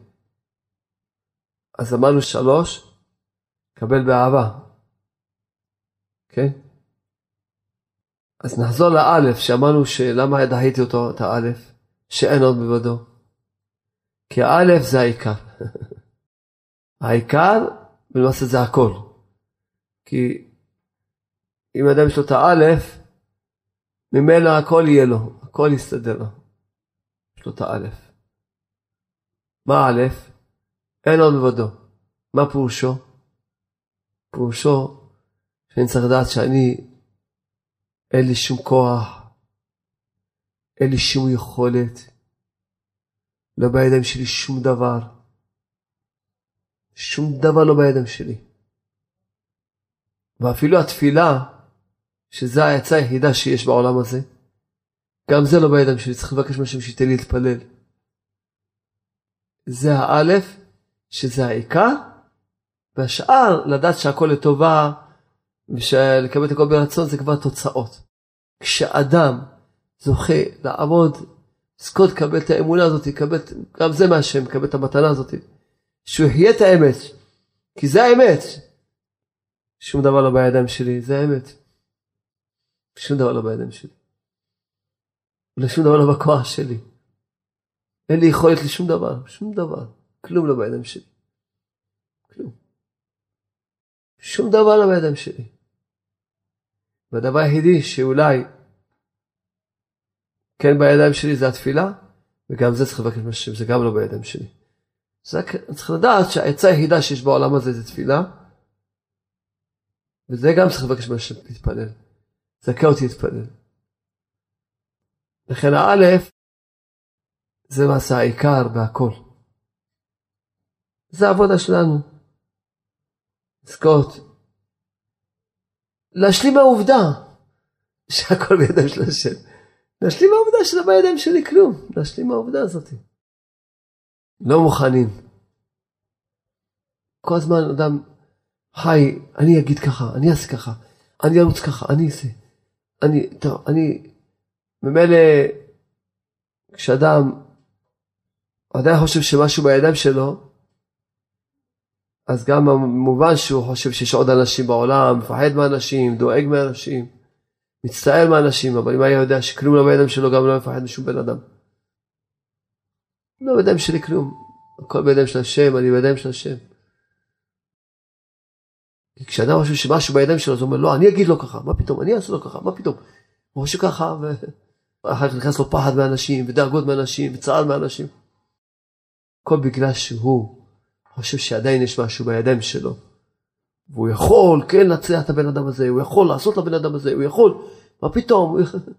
S1: אז אמרנו שלוש, קבל באהבה. כן? אז נחזור לאלף, שאמרנו שלמה דחיתי אותו את האלף, שאין עוד בבדו. כי האלף זה העיקר. העיקר, ולמעשה זה הכל. כי אם אדם יש לו את האלף, ממנו הכל יהיה לו, הכל יסתדר לו. יש לו את האלף. מה האלף? אין עוד בבדו. מה פירושו? פירושו שאני צריך לדעת שאני אין לי שום כוח, אין לי שום יכולת, לא בידיים שלי שום דבר, שום דבר לא בידיים שלי. ואפילו התפילה, שזה העצה היחידה שיש בעולם הזה, גם זה לא בידיים שלי, צריך לבקש משהו שייתן לי להתפלל. זה האלף, שזה העיקר, והשאר לדעת שהכל לטובה, ושלקבל את הכל ברצון זה כבר תוצאות. כשאדם זוכה לעבוד, זכות לקבל את האמונה הזאת, יקבל, גם זה מהשם, יקבל את המתנה הזאת, שהוא יחיה את האמת, כי זה האמת. שום דבר לא בידיים שלי, זה האמת. שום דבר לא בידיים שלי. ושום דבר לא בכוח שלי. אין לי יכולת לשום דבר, שום דבר. כלום לא בידיים שלי. כלום. שום דבר לא בידיים שלי. והדבר היחידי שאולי כן בידיים שלי זה התפילה, וגם זה צריך לבקש משהו, זה גם לא בידיים שלי. צריך לדעת שהעצה היחידה שיש בעולם הזה זה תפילה, וזה גם צריך לבקש משהו להתפלל. זכה אותי להתפלל. לכן האלף, זה מעשה העיקר והכל. זה העבודה שלנו. זכות. להשלים העובדה שהכל בידיים של השם. להשלים העובדה שלא בידיים שלי כלום. להשלים העובדה הזאת. לא מוכנים. כל הזמן אדם חי, אני אגיד ככה, אני אעשה ככה, אני ארוץ ככה, אני אעשה. אני, טוב, אני, ממילא, כשאדם עדיין חושב שמשהו בידיים שלו, אז גם מובן שהוא חושב שיש עוד אנשים בעולם, מפחד מהאנשים, דואג מהאנשים, מצטער מהאנשים, אבל אם היה יודע שכלום לא בידיים שלו, גם לא מפחד משום בן אדם. לא בידיים שלי כלום. הכל בידיים של השם, אני בידיים של השם. כשאדם חושב שמשהו בידיים שלו, אז הוא אומר, לא, אני אגיד לו ככה, מה פתאום, אני אעשה לו ככה, מה פתאום. הוא חושב ככה, ואחר כך נכנס לו פחד מהאנשים, ודאגות מהאנשים, וצער מהאנשים. הכל בגלל שהוא חושב שעדיין יש משהו בידיים שלו. והוא יכול, כן, להצליח את הבן אדם הזה, הוא יכול לעשות לבן אדם הזה, הוא יכול, מה פתאום?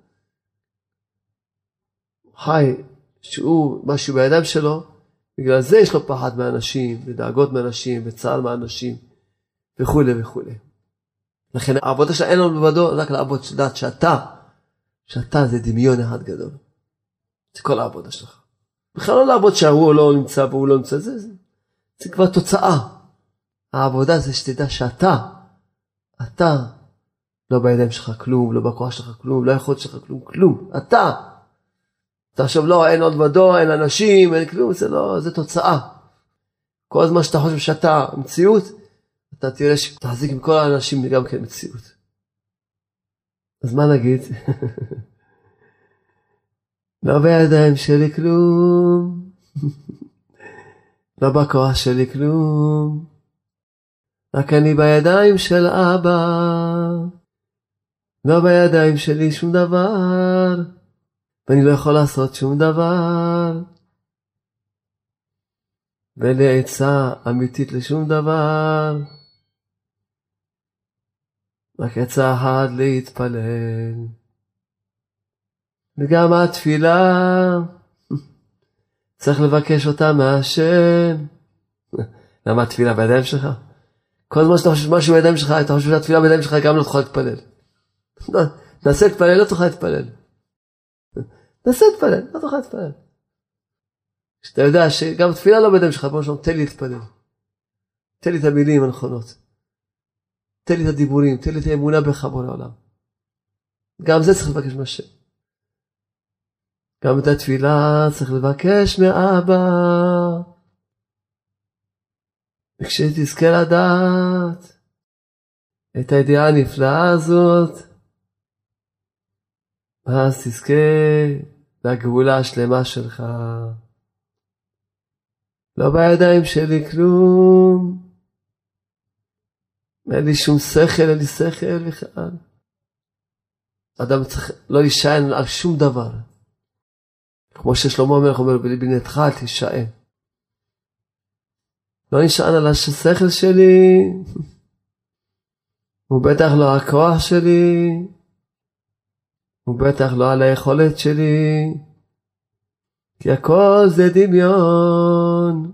S1: חי, שהוא משהו בידיים שלו, בגלל זה יש לו פחד מהאנשים, ודאגות מהאנשים, וצער מהאנשים, וכו' וכו'. לכן העבודה שלה אין לנו לבדו, רק לעבוד שדעת שאתה, שאתה זה דמיון אחד גדול. זה כל העבודה שלך. בכלל לא לעבוד שהוא לא נמצא והוא לא נמצא, זה, זה, זה כבר תוצאה. העבודה זה שתדע שאתה, אתה, לא בידיים שלך כלום, לא בכוח שלך כלום, לא יכול שלך כלום, כלום. אתה. אתה עכשיו לא, אין עוד ודו, אין אנשים, אין כלום, זה לא, זה תוצאה. כל הזמן שאתה חושב שאתה מציאות, אתה תראה שתחזיק עם כל האנשים גם כן מציאות. אז מה נגיד? לא בידיים שלי כלום, לא בכוח שלי כלום, רק אני בידיים של אבא, לא בידיים שלי שום דבר, ואני לא יכול לעשות שום דבר, ואין לי עצה אמיתית לשום דבר, רק עצה אחת להתפלל. וגם התפילה צריך לבקש אותה מהשם. למה התפילה בידיים שלך? כל זמן שאתה חושב משהו בידיים שלך, אתה חושב שהתפילה בידיים שלך גם לא תוכל להתפלל. נעשה להתפלל, לא תוכל להתפלל. נעשה להתפלל, לא תוכל להתפלל. כשאתה יודע שגם תפילה לא בידיים שלך, בוא נשאר, תן לי להתפלל. תן לי את המילים הנכונות. תן לי את הדיבורים, תן לי את האמונה בך בורא העולם. גם זה צריך לבקש מהשם. גם את התפילה צריך לבקש מאבא. וכשתזכה לדעת את הידיעה הנפלאה הזאת, אז תזכה לגאולה השלמה שלך. לא בידיים שלי כלום. אין לי שום שכל, אין לי שכל בכלל. אדם צריך לא להישען על שום דבר. כמו ששלמה המלך אומר, בלבנתך אל תישען. לא נשען על השכל שלי, הוא בטח לא הכוח שלי, הוא בטח לא על היכולת שלי, כי הכל זה דמיון.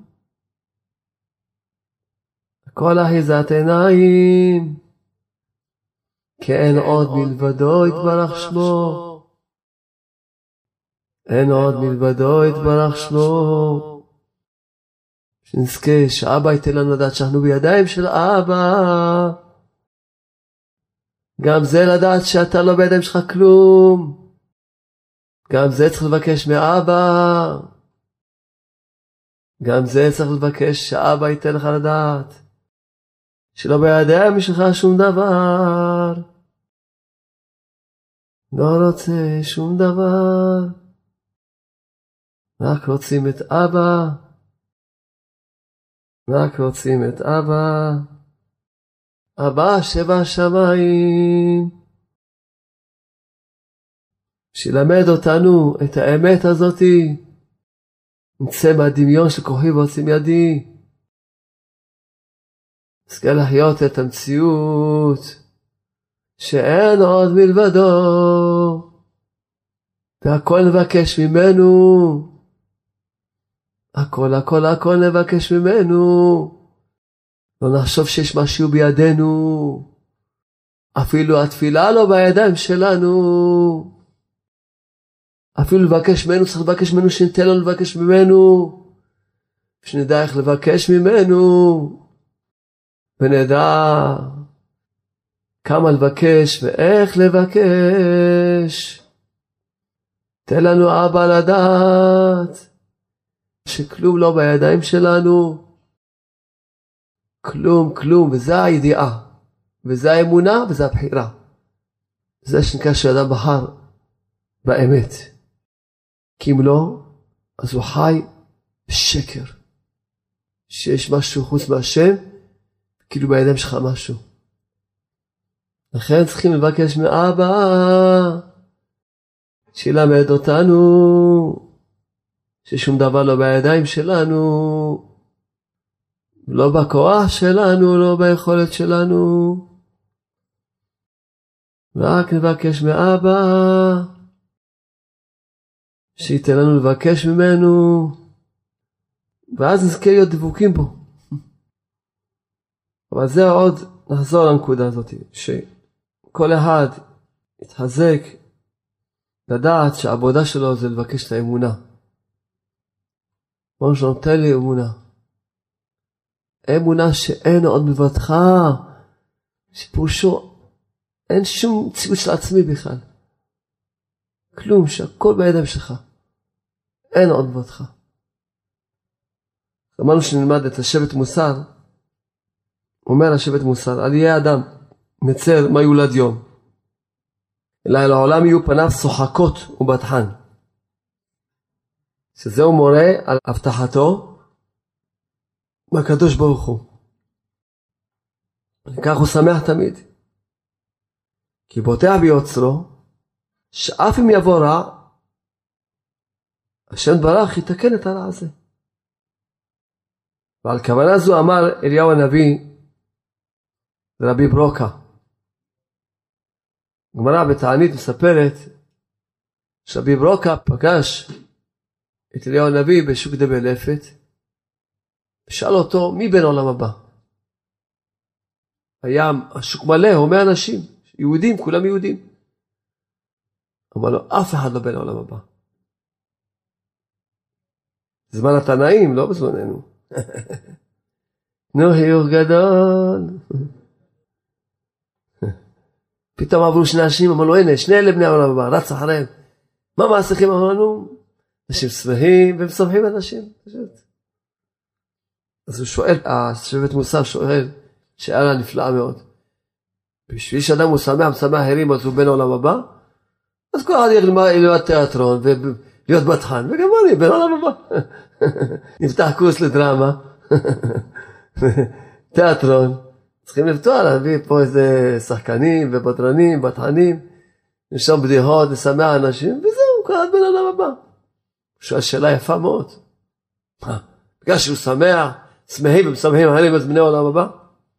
S1: הכל אחיזת עיניים, כי אין עוד מלבדו יתברך שמו. אין עוד מלבדו יתברך שמו. שנזכה שאבא ייתן לנו לדעת שאנחנו בידיים של אבא. גם זה לדעת שאתה לא בידיים שלך כלום. גם זה צריך לבקש מאבא. גם זה צריך לבקש שאבא ייתן לך לדעת שלא בידיים שלך שום דבר. לא רוצה שום דבר. רק רוצים את אבא. רק רוצים את אבא. אבא שבע שמיים. שילמד אותנו את האמת הזאת. נצא מהדמיון של כוחי ועוצם ידי. נזכה לחיות את המציאות שאין עוד מלבדו. והכל נבקש ממנו. הכל, הכל, הכל נבקש ממנו. לא נחשוב שיש משהו בידינו. אפילו התפילה לא בידיים שלנו. אפילו לבקש ממנו, צריך לבקש ממנו שניתן לנו לבקש ממנו. שנדע איך לבקש ממנו. ונדע כמה לבקש ואיך לבקש. תן לנו אבא לדעת. שכלום לא בידיים שלנו, כלום, כלום, וזה הידיעה, וזה האמונה, וזה הבחירה. זה שנקרא שאדם בחר באמת. כי אם לא, אז הוא חי בשקר. שיש משהו חוץ מהשם, כאילו בידיים שלך משהו. לכן צריכים לבקש מאבא, שילמד אותנו, ששום דבר לא בידיים שלנו, לא בכוח שלנו, לא ביכולת שלנו. רק נבקש מאבא, שייתן לנו לבקש ממנו, ואז נזכה להיות דבוקים בו. אבל זה עוד, נחזור לנקודה הזאת, שכל אחד יתחזק לדעת שהעבודה שלו זה לבקש את האמונה. בוא שנותן לי אמונה. אמונה שאין עוד מלבדך, שפושו אין שום ציוות של עצמי בכלל. כלום, שהכל בידיים שלך. אין עוד בודך. אמרנו שנלמד את השבט מוסר, אומר השבט מוסר, על יהיה אדם, מצר מה יולד יום. אלא אל העולם יהיו פניו שוחקות ובטחן. שזהו מורה על הבטחתו מהקדוש ברוך הוא. וכך הוא שמח תמיד. כי בוטח ביוצרו, שאף אם יבוא רע, השם ברח יתקן את הרע הזה. ועל כוונה זו אמר אליהו הנביא לרבי ברוקה. גמרא בתענית מספרת שרבי ברוקה פגש את אליהו הנביא בשוק דבלפת, ושאל אותו מי בן עולם הבא. היה השוק מלא, הומי אנשים, יהודים, כולם יהודים. אמר לו, אף אחד לא בן עולם הבא. זמן התנאים, לא בזמננו. נו, חיוך גדול. פתאום עברו שני אנשים, אמר לו, הנה, שני אלה בני העולם הבא, רץ אחריהם. מה מעשיכם? אמר לנו, אנשים שמחים ומשמחים אנשים. אז הוא שואל, השבט מוסר שואל, שאלה נפלאה מאוד. בשביל שאדם הוא שמח, משמח אחרים, אז הוא בן העולם הבא, אז כל אחד ילמד תיאטרון ולהיות בטחן, וגם אני בן העולם הבא. נפתח קורס לדרמה, תיאטרון, צריכים לפתוח, להביא פה איזה שחקנים ובטרנים, בטחנים, נשום בדיחות, לשמח אנשים, וזהו, כל אחד בן העולם הבא. שואל שאלה יפה מאוד. בגלל שהוא שמח, שמחים ומשמחים אחרים, אז בני העולם הבא?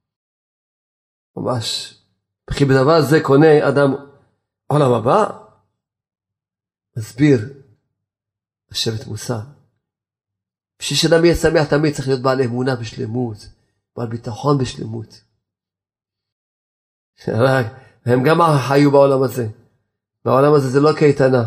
S1: ממש. וכי בדבר זה קונה אדם עולם הבא? מסביר השבט מוסר. בשביל שאדם יהיה שמח תמיד צריך להיות בעל אמונה בשלמות, בעל ביטחון בשלמות. הם גם חיו בעולם הזה. בעולם הזה זה לא קייטנה.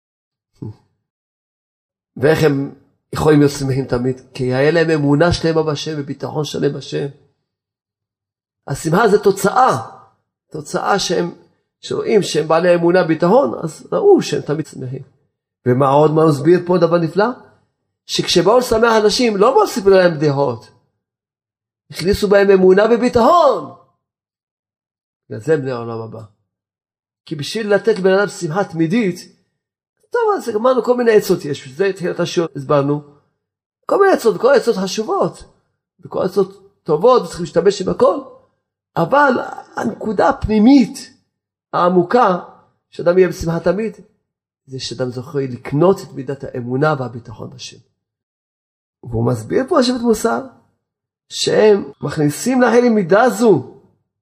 S1: ואיך הם יכולים להיות שמחים תמיד? כי היה להם אמונה שלמה בשם וביטחון שלם בשם. השמחה זה תוצאה. תוצאה שהם, שרואים שהם בעלי אמונה ביטחון, אז ראו שהם תמיד שמחים. ומה עוד מה נסביר פה דבר נפלא? שכשבאו לשמח אנשים, לא באו לספר להם בדיחות. הכניסו בהם אמונה וביטחון. וזה בני העולם הבא. כי בשביל לתת בן אדם שמחה תמידית, טוב, אז אמרנו כל מיני עצות יש, וזה התחילת השיעור, הסברנו. כל מיני עצות, כל עצות חשובות, וכל עצות טובות, וצריכים להשתמש עם הכל. אבל הנקודה הפנימית, העמוקה, שאדם יהיה בשמחה תמיד, זה שאדם זוכה לקנות את מידת האמונה והביטחון בשם. והוא מסביר פה השבט מוסר, שהם מכניסים לאחרים מידה זו,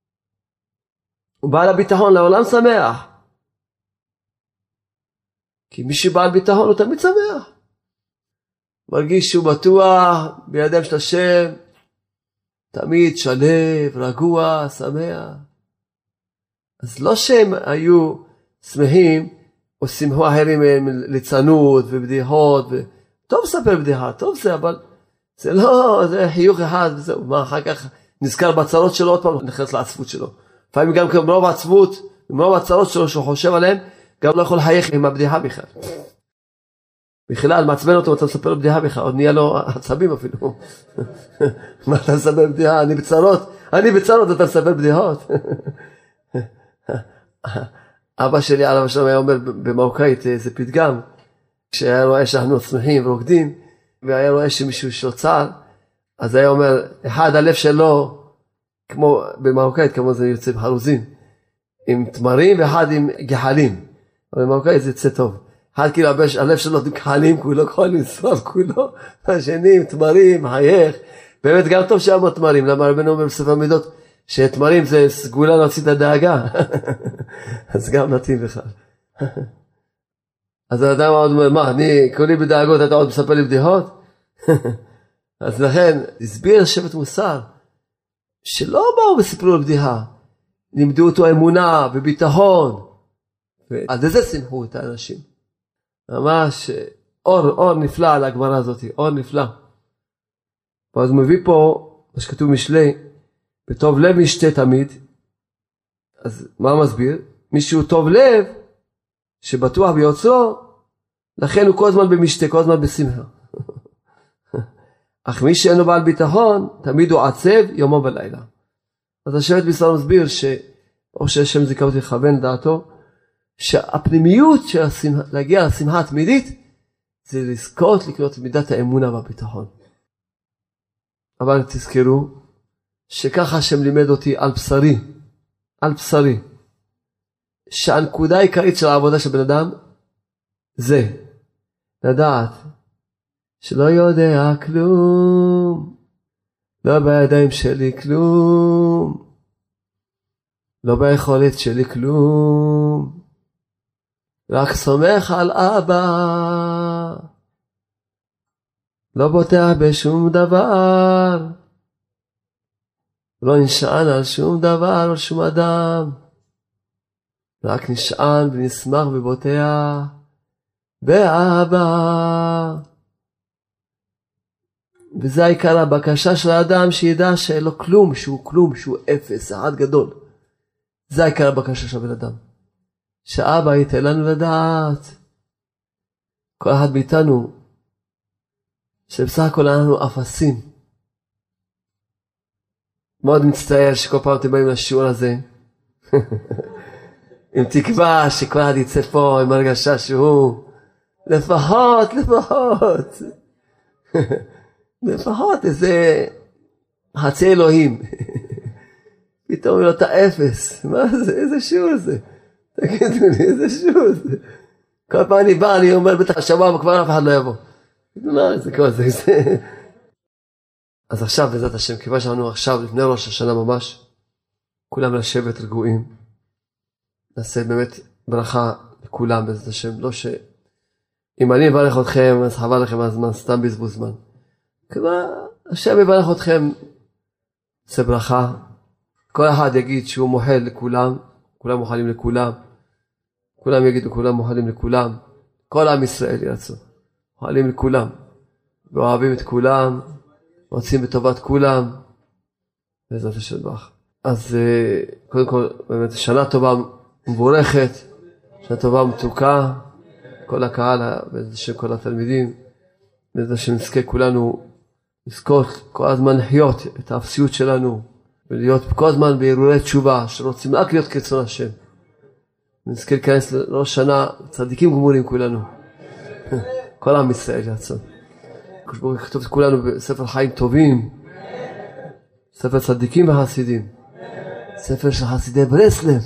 S1: ובעל הביטחון לעולם שמח. כי מי שבעל ביטחון הוא תמיד שמח. מרגיש שהוא בטוח בידיים של השם, תמיד שלב, רגוע, שמח. אז לא שהם היו שמחים, או שמחו אחרים ליצנות ובדיחות, ו... טוב לספר בדיחה, טוב זה, אבל זה לא, זה חיוך אחד, וזהו, מה אחר כך נזכר בצרות שלו, עוד פעם נכנס לעצבות שלו. לפעמים גם כמרוב העצבות, כמרוב הצרות שלו שהוא חושב עליהם, גם לא יכול לחייך עם הבדיחה בכלל. בכלל, מעצבן אותו, אתה מספר לו בדיחה בכלל, עוד נהיה לו עצבים אפילו. מה אתה מספר בדיחה? אני בצרות, אני בצרות, אתה מספר בדיחות. אבא שלי עליו השלום היה אומר במרוקאית איזה פתגם, כשהיה רואה שאנחנו שמחים ורוקדים, והיה רואה שמישהו שוצר, אז היה אומר, אחד הלב שלו, כמו במרוקאית, כמו זה יוצא בחרוזים, עם תמרים ואחד עם גחלים. אבל במרוקאית זה יוצא טוב. אחד כאילו הלב שלו עם גחלים, כולו יכול לנסוף, כולו, השני עם תמרים, מחייך. באמת גם טוב שהיה מאוד תמרים, למה רבנו אומר בספר מידות, שתמרים זה סגולה להוציא את הדאגה. אז גם נתאים בכלל. אז האדם עוד אומר, מה, אני כולי בדאגות, אתה עוד מספר לי בדיחות? אז לכן, הסביר השבט מוסר, שלא באו וסיפרו לו בדיחה, לימדו אותו אמונה וביטחון, ועל זה שמחו את האנשים. ממש אור, אור נפלא על הגמרא הזאת, אור נפלא. ואז הוא מביא פה, מה שכתוב משלי, בטוב לב משתה תמיד, אז מה מסביר? מישהו טוב לב, שבטוח ביוצרו, לכן הוא כל הזמן במשתה, כל הזמן בשמחה. אך מי שאין לו בעל ביטחון, תמיד הוא עצב יומו ולילה. אז השבט בישראל מסביר, ש... או שהשם זיכה אותי לכוון דעתו, שהפנימיות של השמחה, להגיע לשמחה התמידית, זה לזכות לקנות מידת האמונה והביטחון. אבל תזכרו, שככה השם לימד אותי על בשרי, על בשרי, שהנקודה העיקרית של העבודה של בן אדם, זה לדעת שלא יודע כלום, לא בידיים שלי כלום, לא ביכולת שלי כלום, רק סומך על אבא, לא בוטח בשום דבר, לא נשען על שום דבר או שום אדם, רק נשען ונשמח ובוטח באבא. וזה העיקר הבקשה של האדם, שידע שאין לו כלום, שהוא כלום, שהוא אפס, אחד גדול. זה העיקר הבקשה של בן אדם, שאבא ייתן לנו לדעת, כל אחד מאיתנו, שבסך הכל אנחנו אפסים. מאוד מצטער שכל פעם אתם באים לשיעור הזה, עם תקווה שכל אחד יצא פה עם הרגשה שהוא לפחות, לפחות, לפחות איזה חצי אלוהים. פתאום אומרים לו, אתה אפס. מה זה? איזה שיעור זה? תגידו לי, איזה שיעור זה? כל פעם אני בא, אני אומר, בטח השבוע וכבר אף אחד לא יבוא. מה זה כל זה? אז עכשיו, בעזרת השם, כיוון שאנו עכשיו, לפני ראש השנה ממש, כולם לשבת רגועים. נעשה באמת ברכה לכולם, בעזרת השם. לא ש... אם אני אברך אתכם, אז חבל לכם הזמן, סתם בזבוז זמן. כבר, השם יברך אתכם, נעשה ברכה. כל אחד יגיד שהוא מוחל לכולם, כולם מוחלים לכולם. כולם יגידו, כולם מוחלים לכולם. כל עם ישראל ירצו. מוחלים לכולם. ואוהבים את כולם. רוצים בטובת כולם. בעזרת השם ברך. אז קודם כל, באמת, שנה טובה מבורכת. שנה טובה מתוקה. כל הקהל, בעזרת השם כל התלמידים. בעזרת השם נזכה כולנו לזכות כל הזמן לחיות את האפסיות שלנו. ולהיות כל הזמן בהרהורי תשובה, שרוצים רק להיות כרצון השם. נזכה להיכנס לראש שנה, צדיקים גמורים כולנו. כל עם ישראל ירצון. כשבואו יכתוב את כולנו בספר חיים טובים, ספר צדיקים וחסידים, ספר של חסידי ברסלב,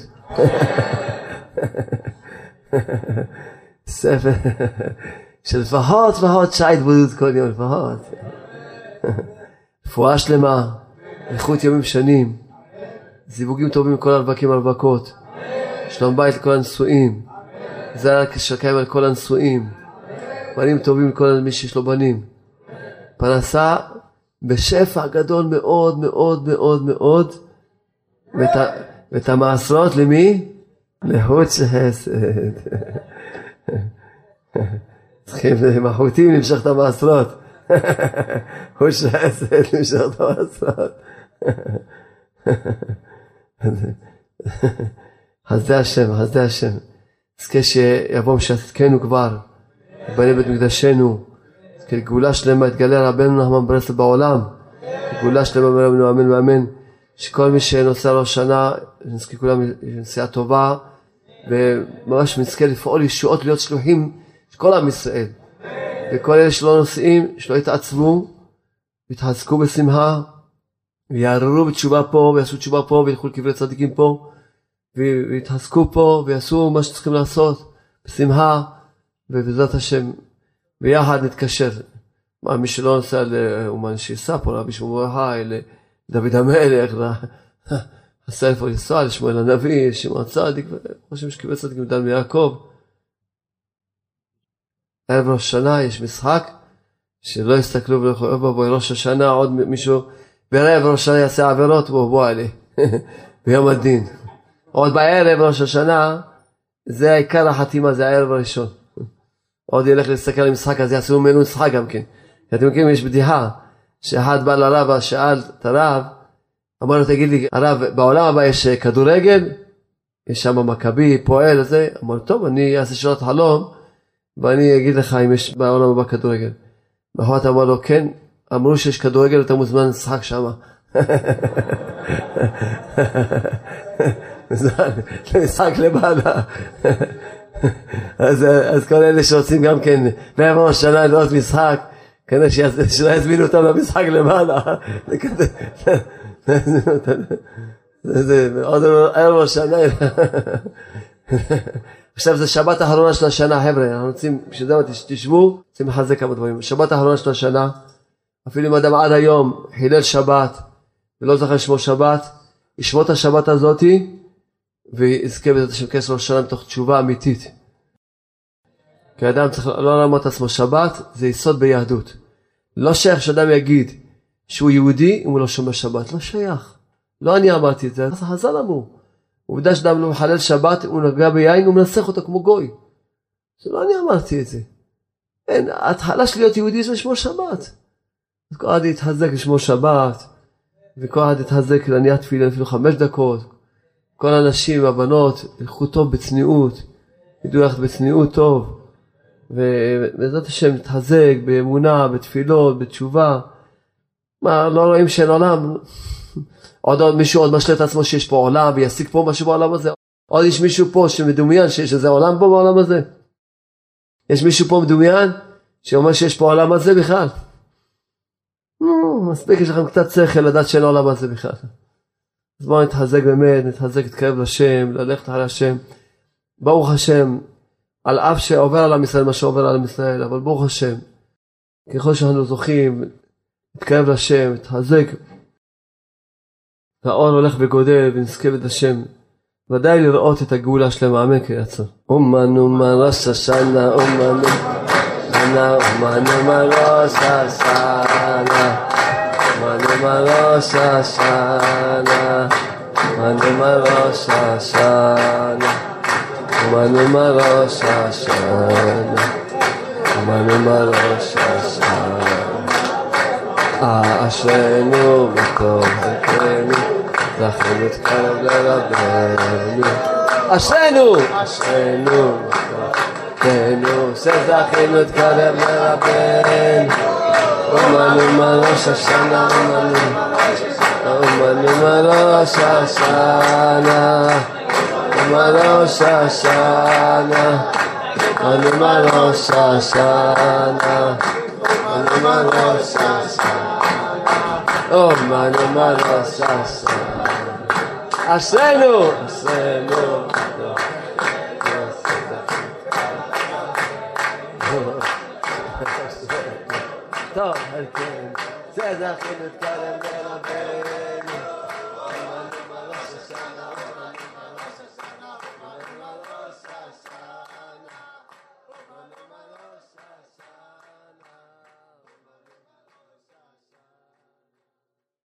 S1: ספר של לפחות לפחות שעה התבודדות כל יום, לפחות. רפואה שלמה, איכות ימים שנים, זיווגים טובים לכל הרווקים והרווקות, שלום בית לכל הנשואים, זה רק שקיים על כל הנשואים, בנים טובים לכל מי שיש לו בנים, פרנסה בשפע גדול מאוד מאוד מאוד מאוד, ואת המעשרות למי? להוד שחסד. צריכים למחותים למשך את המעשרות. הוד שחסד למשך את המעשרות. חסדי השם, חסדי השם. אז כשיבוא משתתקנו כבר, בני בית מקדשנו, כגאולה שלמה יתגלה רבנו נחמן ברסלב בעולם, גאולה שלמה מרבנו אמן ואמן, שכל מי שנוסע ראש שנה, נזכה כולם נסיעה טובה, וממש נזכה לפעול ישועות להיות שלוחים של כל עם ישראל, וכל אלה שלא נוסעים, שלא יתעצבו, יתחזקו בשמחה, ויעררו בתשובה פה, ויעשו תשובה פה, וילכו לקברי צדיקים פה, ויתחזקו פה, ויעשו מה שצריכים לעשות, בשמחה, ובעזרת השם, ביחד נתקשר. מה, מי שלא נוסע לאומן שיסע פה, רבי שמואל חי, לדוד המלך, עשה איפה לנסוע, לשמואל הנביא, שמעון צדיק, ראש משקבי צדיק מדן מיעקב. ערב ראש השנה יש משחק, שלא יסתכלו ולא בו, ראש השנה עוד מישהו, בערב ראש השנה יעשה עבירות, בוא בוא עלי, ביום הדין. עוד בערב ראש השנה, זה העיקר החתימה, זה הערב הראשון. עוד ילך להסתכל על המשחק הזה, יעשו ממנו משחק גם כן. אתם מכירים, יש בדיחה, שאחד בא לרב, שאל את הרב, אמר לו, תגיד לי, הרב, בעולם הבא יש כדורגל? יש שם מכבי, פועל, הזה, אמר, טוב, אני אעשה שאלות חלום, ואני אגיד לך אם יש בעולם הבא כדורגל. מחרת אמר לו, כן, אמרו שיש כדורגל, אתה מוזמן לשחק שם. משחק לבעלה. אז, אז כל אלה שרוצים גם כן, בעבר השנה לראות משחק, כנראה שלא יזמינו אותם למשחק למעלה. זה עוד ערב השנה. עכשיו זה שבת האחרונה של השנה, חבר'ה, אנחנו רוצים, כשזה תשבו, רוצים לחזק כמה דברים. שבת האחרונה של השנה, אפילו אם אדם עד היום חילל שבת, ולא זוכר שמו שבת, ישמור את השבת הזאת, ויזכה בזאת השם כסר השנה מתוך תשובה אמיתית. כי האדם צריך לא ללמוד את עצמו שבת, זה יסוד ביהדות. לא שייך שאדם יגיד שהוא יהודי אם הוא לא שומר שבת, לא שייך. לא אני אמרתי את זה, אז חז"ל אמרו. עובדה שאדם לא מחלל שבת, הוא נגע ביין, הוא מנסח אותו כמו גוי. זה לא אני אמרתי את זה. אין, ההתחלה של להיות יהודי זה לשמור שבת. אז כל אחד יתחזק לשמור שבת, וכל אחד יתחזק להניח תפילין אפילו חמש דקות. כל האנשים, הבנות, ילכו טוב בצניעות, ידעו ללכת בצניעות טוב. ובעזרת השם יתחזק באמונה, בתפילות, בתשובה. מה, לא רואים שאין עולם? עוד, עוד מישהו עוד משלה את עצמו שיש פה עולם וישיג פה משהו בעולם הזה. עוד יש מישהו פה שמדומיין שיש איזה עולם פה בעולם הזה. יש מישהו פה מדומיין שאומר שיש פה עולם הזה בכלל. נו, מספיק יש לכם קצת שכל לדעת שאין עולם הזה בכלל. אז בואו נתחזק באמת, נתחזק, נתקרב לשם, ללכת על השם. ברוך השם, על אף שעובר על עם ישראל מה שעובר על עם ישראל, אבל ברוך השם, ככל שאנחנו זוכים, נתקרב לשם, נתחזק, האור הולך וגודל ונזכה את השם. ודאי לראות את הגאולה שלהם העמק יצא. אומן אומן ראש השנה, אומן אומן אומן אומן ראש השנה, אומן אומן ראש השנה, אומן אומן ראש השנה, אומן אומן ראש השנה, אומן אומן ראש השנה. אשרנו וטוב חלקנו, זכינו להתקרב לרבנו. אשרנו, אשרנו וטוב חלקנו, שזכינו להתקרב לרבנו. אומן אומן ראש השנה, אומן אומן ראש השנה, אומן ראש השנה, אומן אומן ראש השנה, אומן ראש השנה. אומן אומן ראש השנה. אשרנו, אשרנו. טוב, זה זכינו להתקרב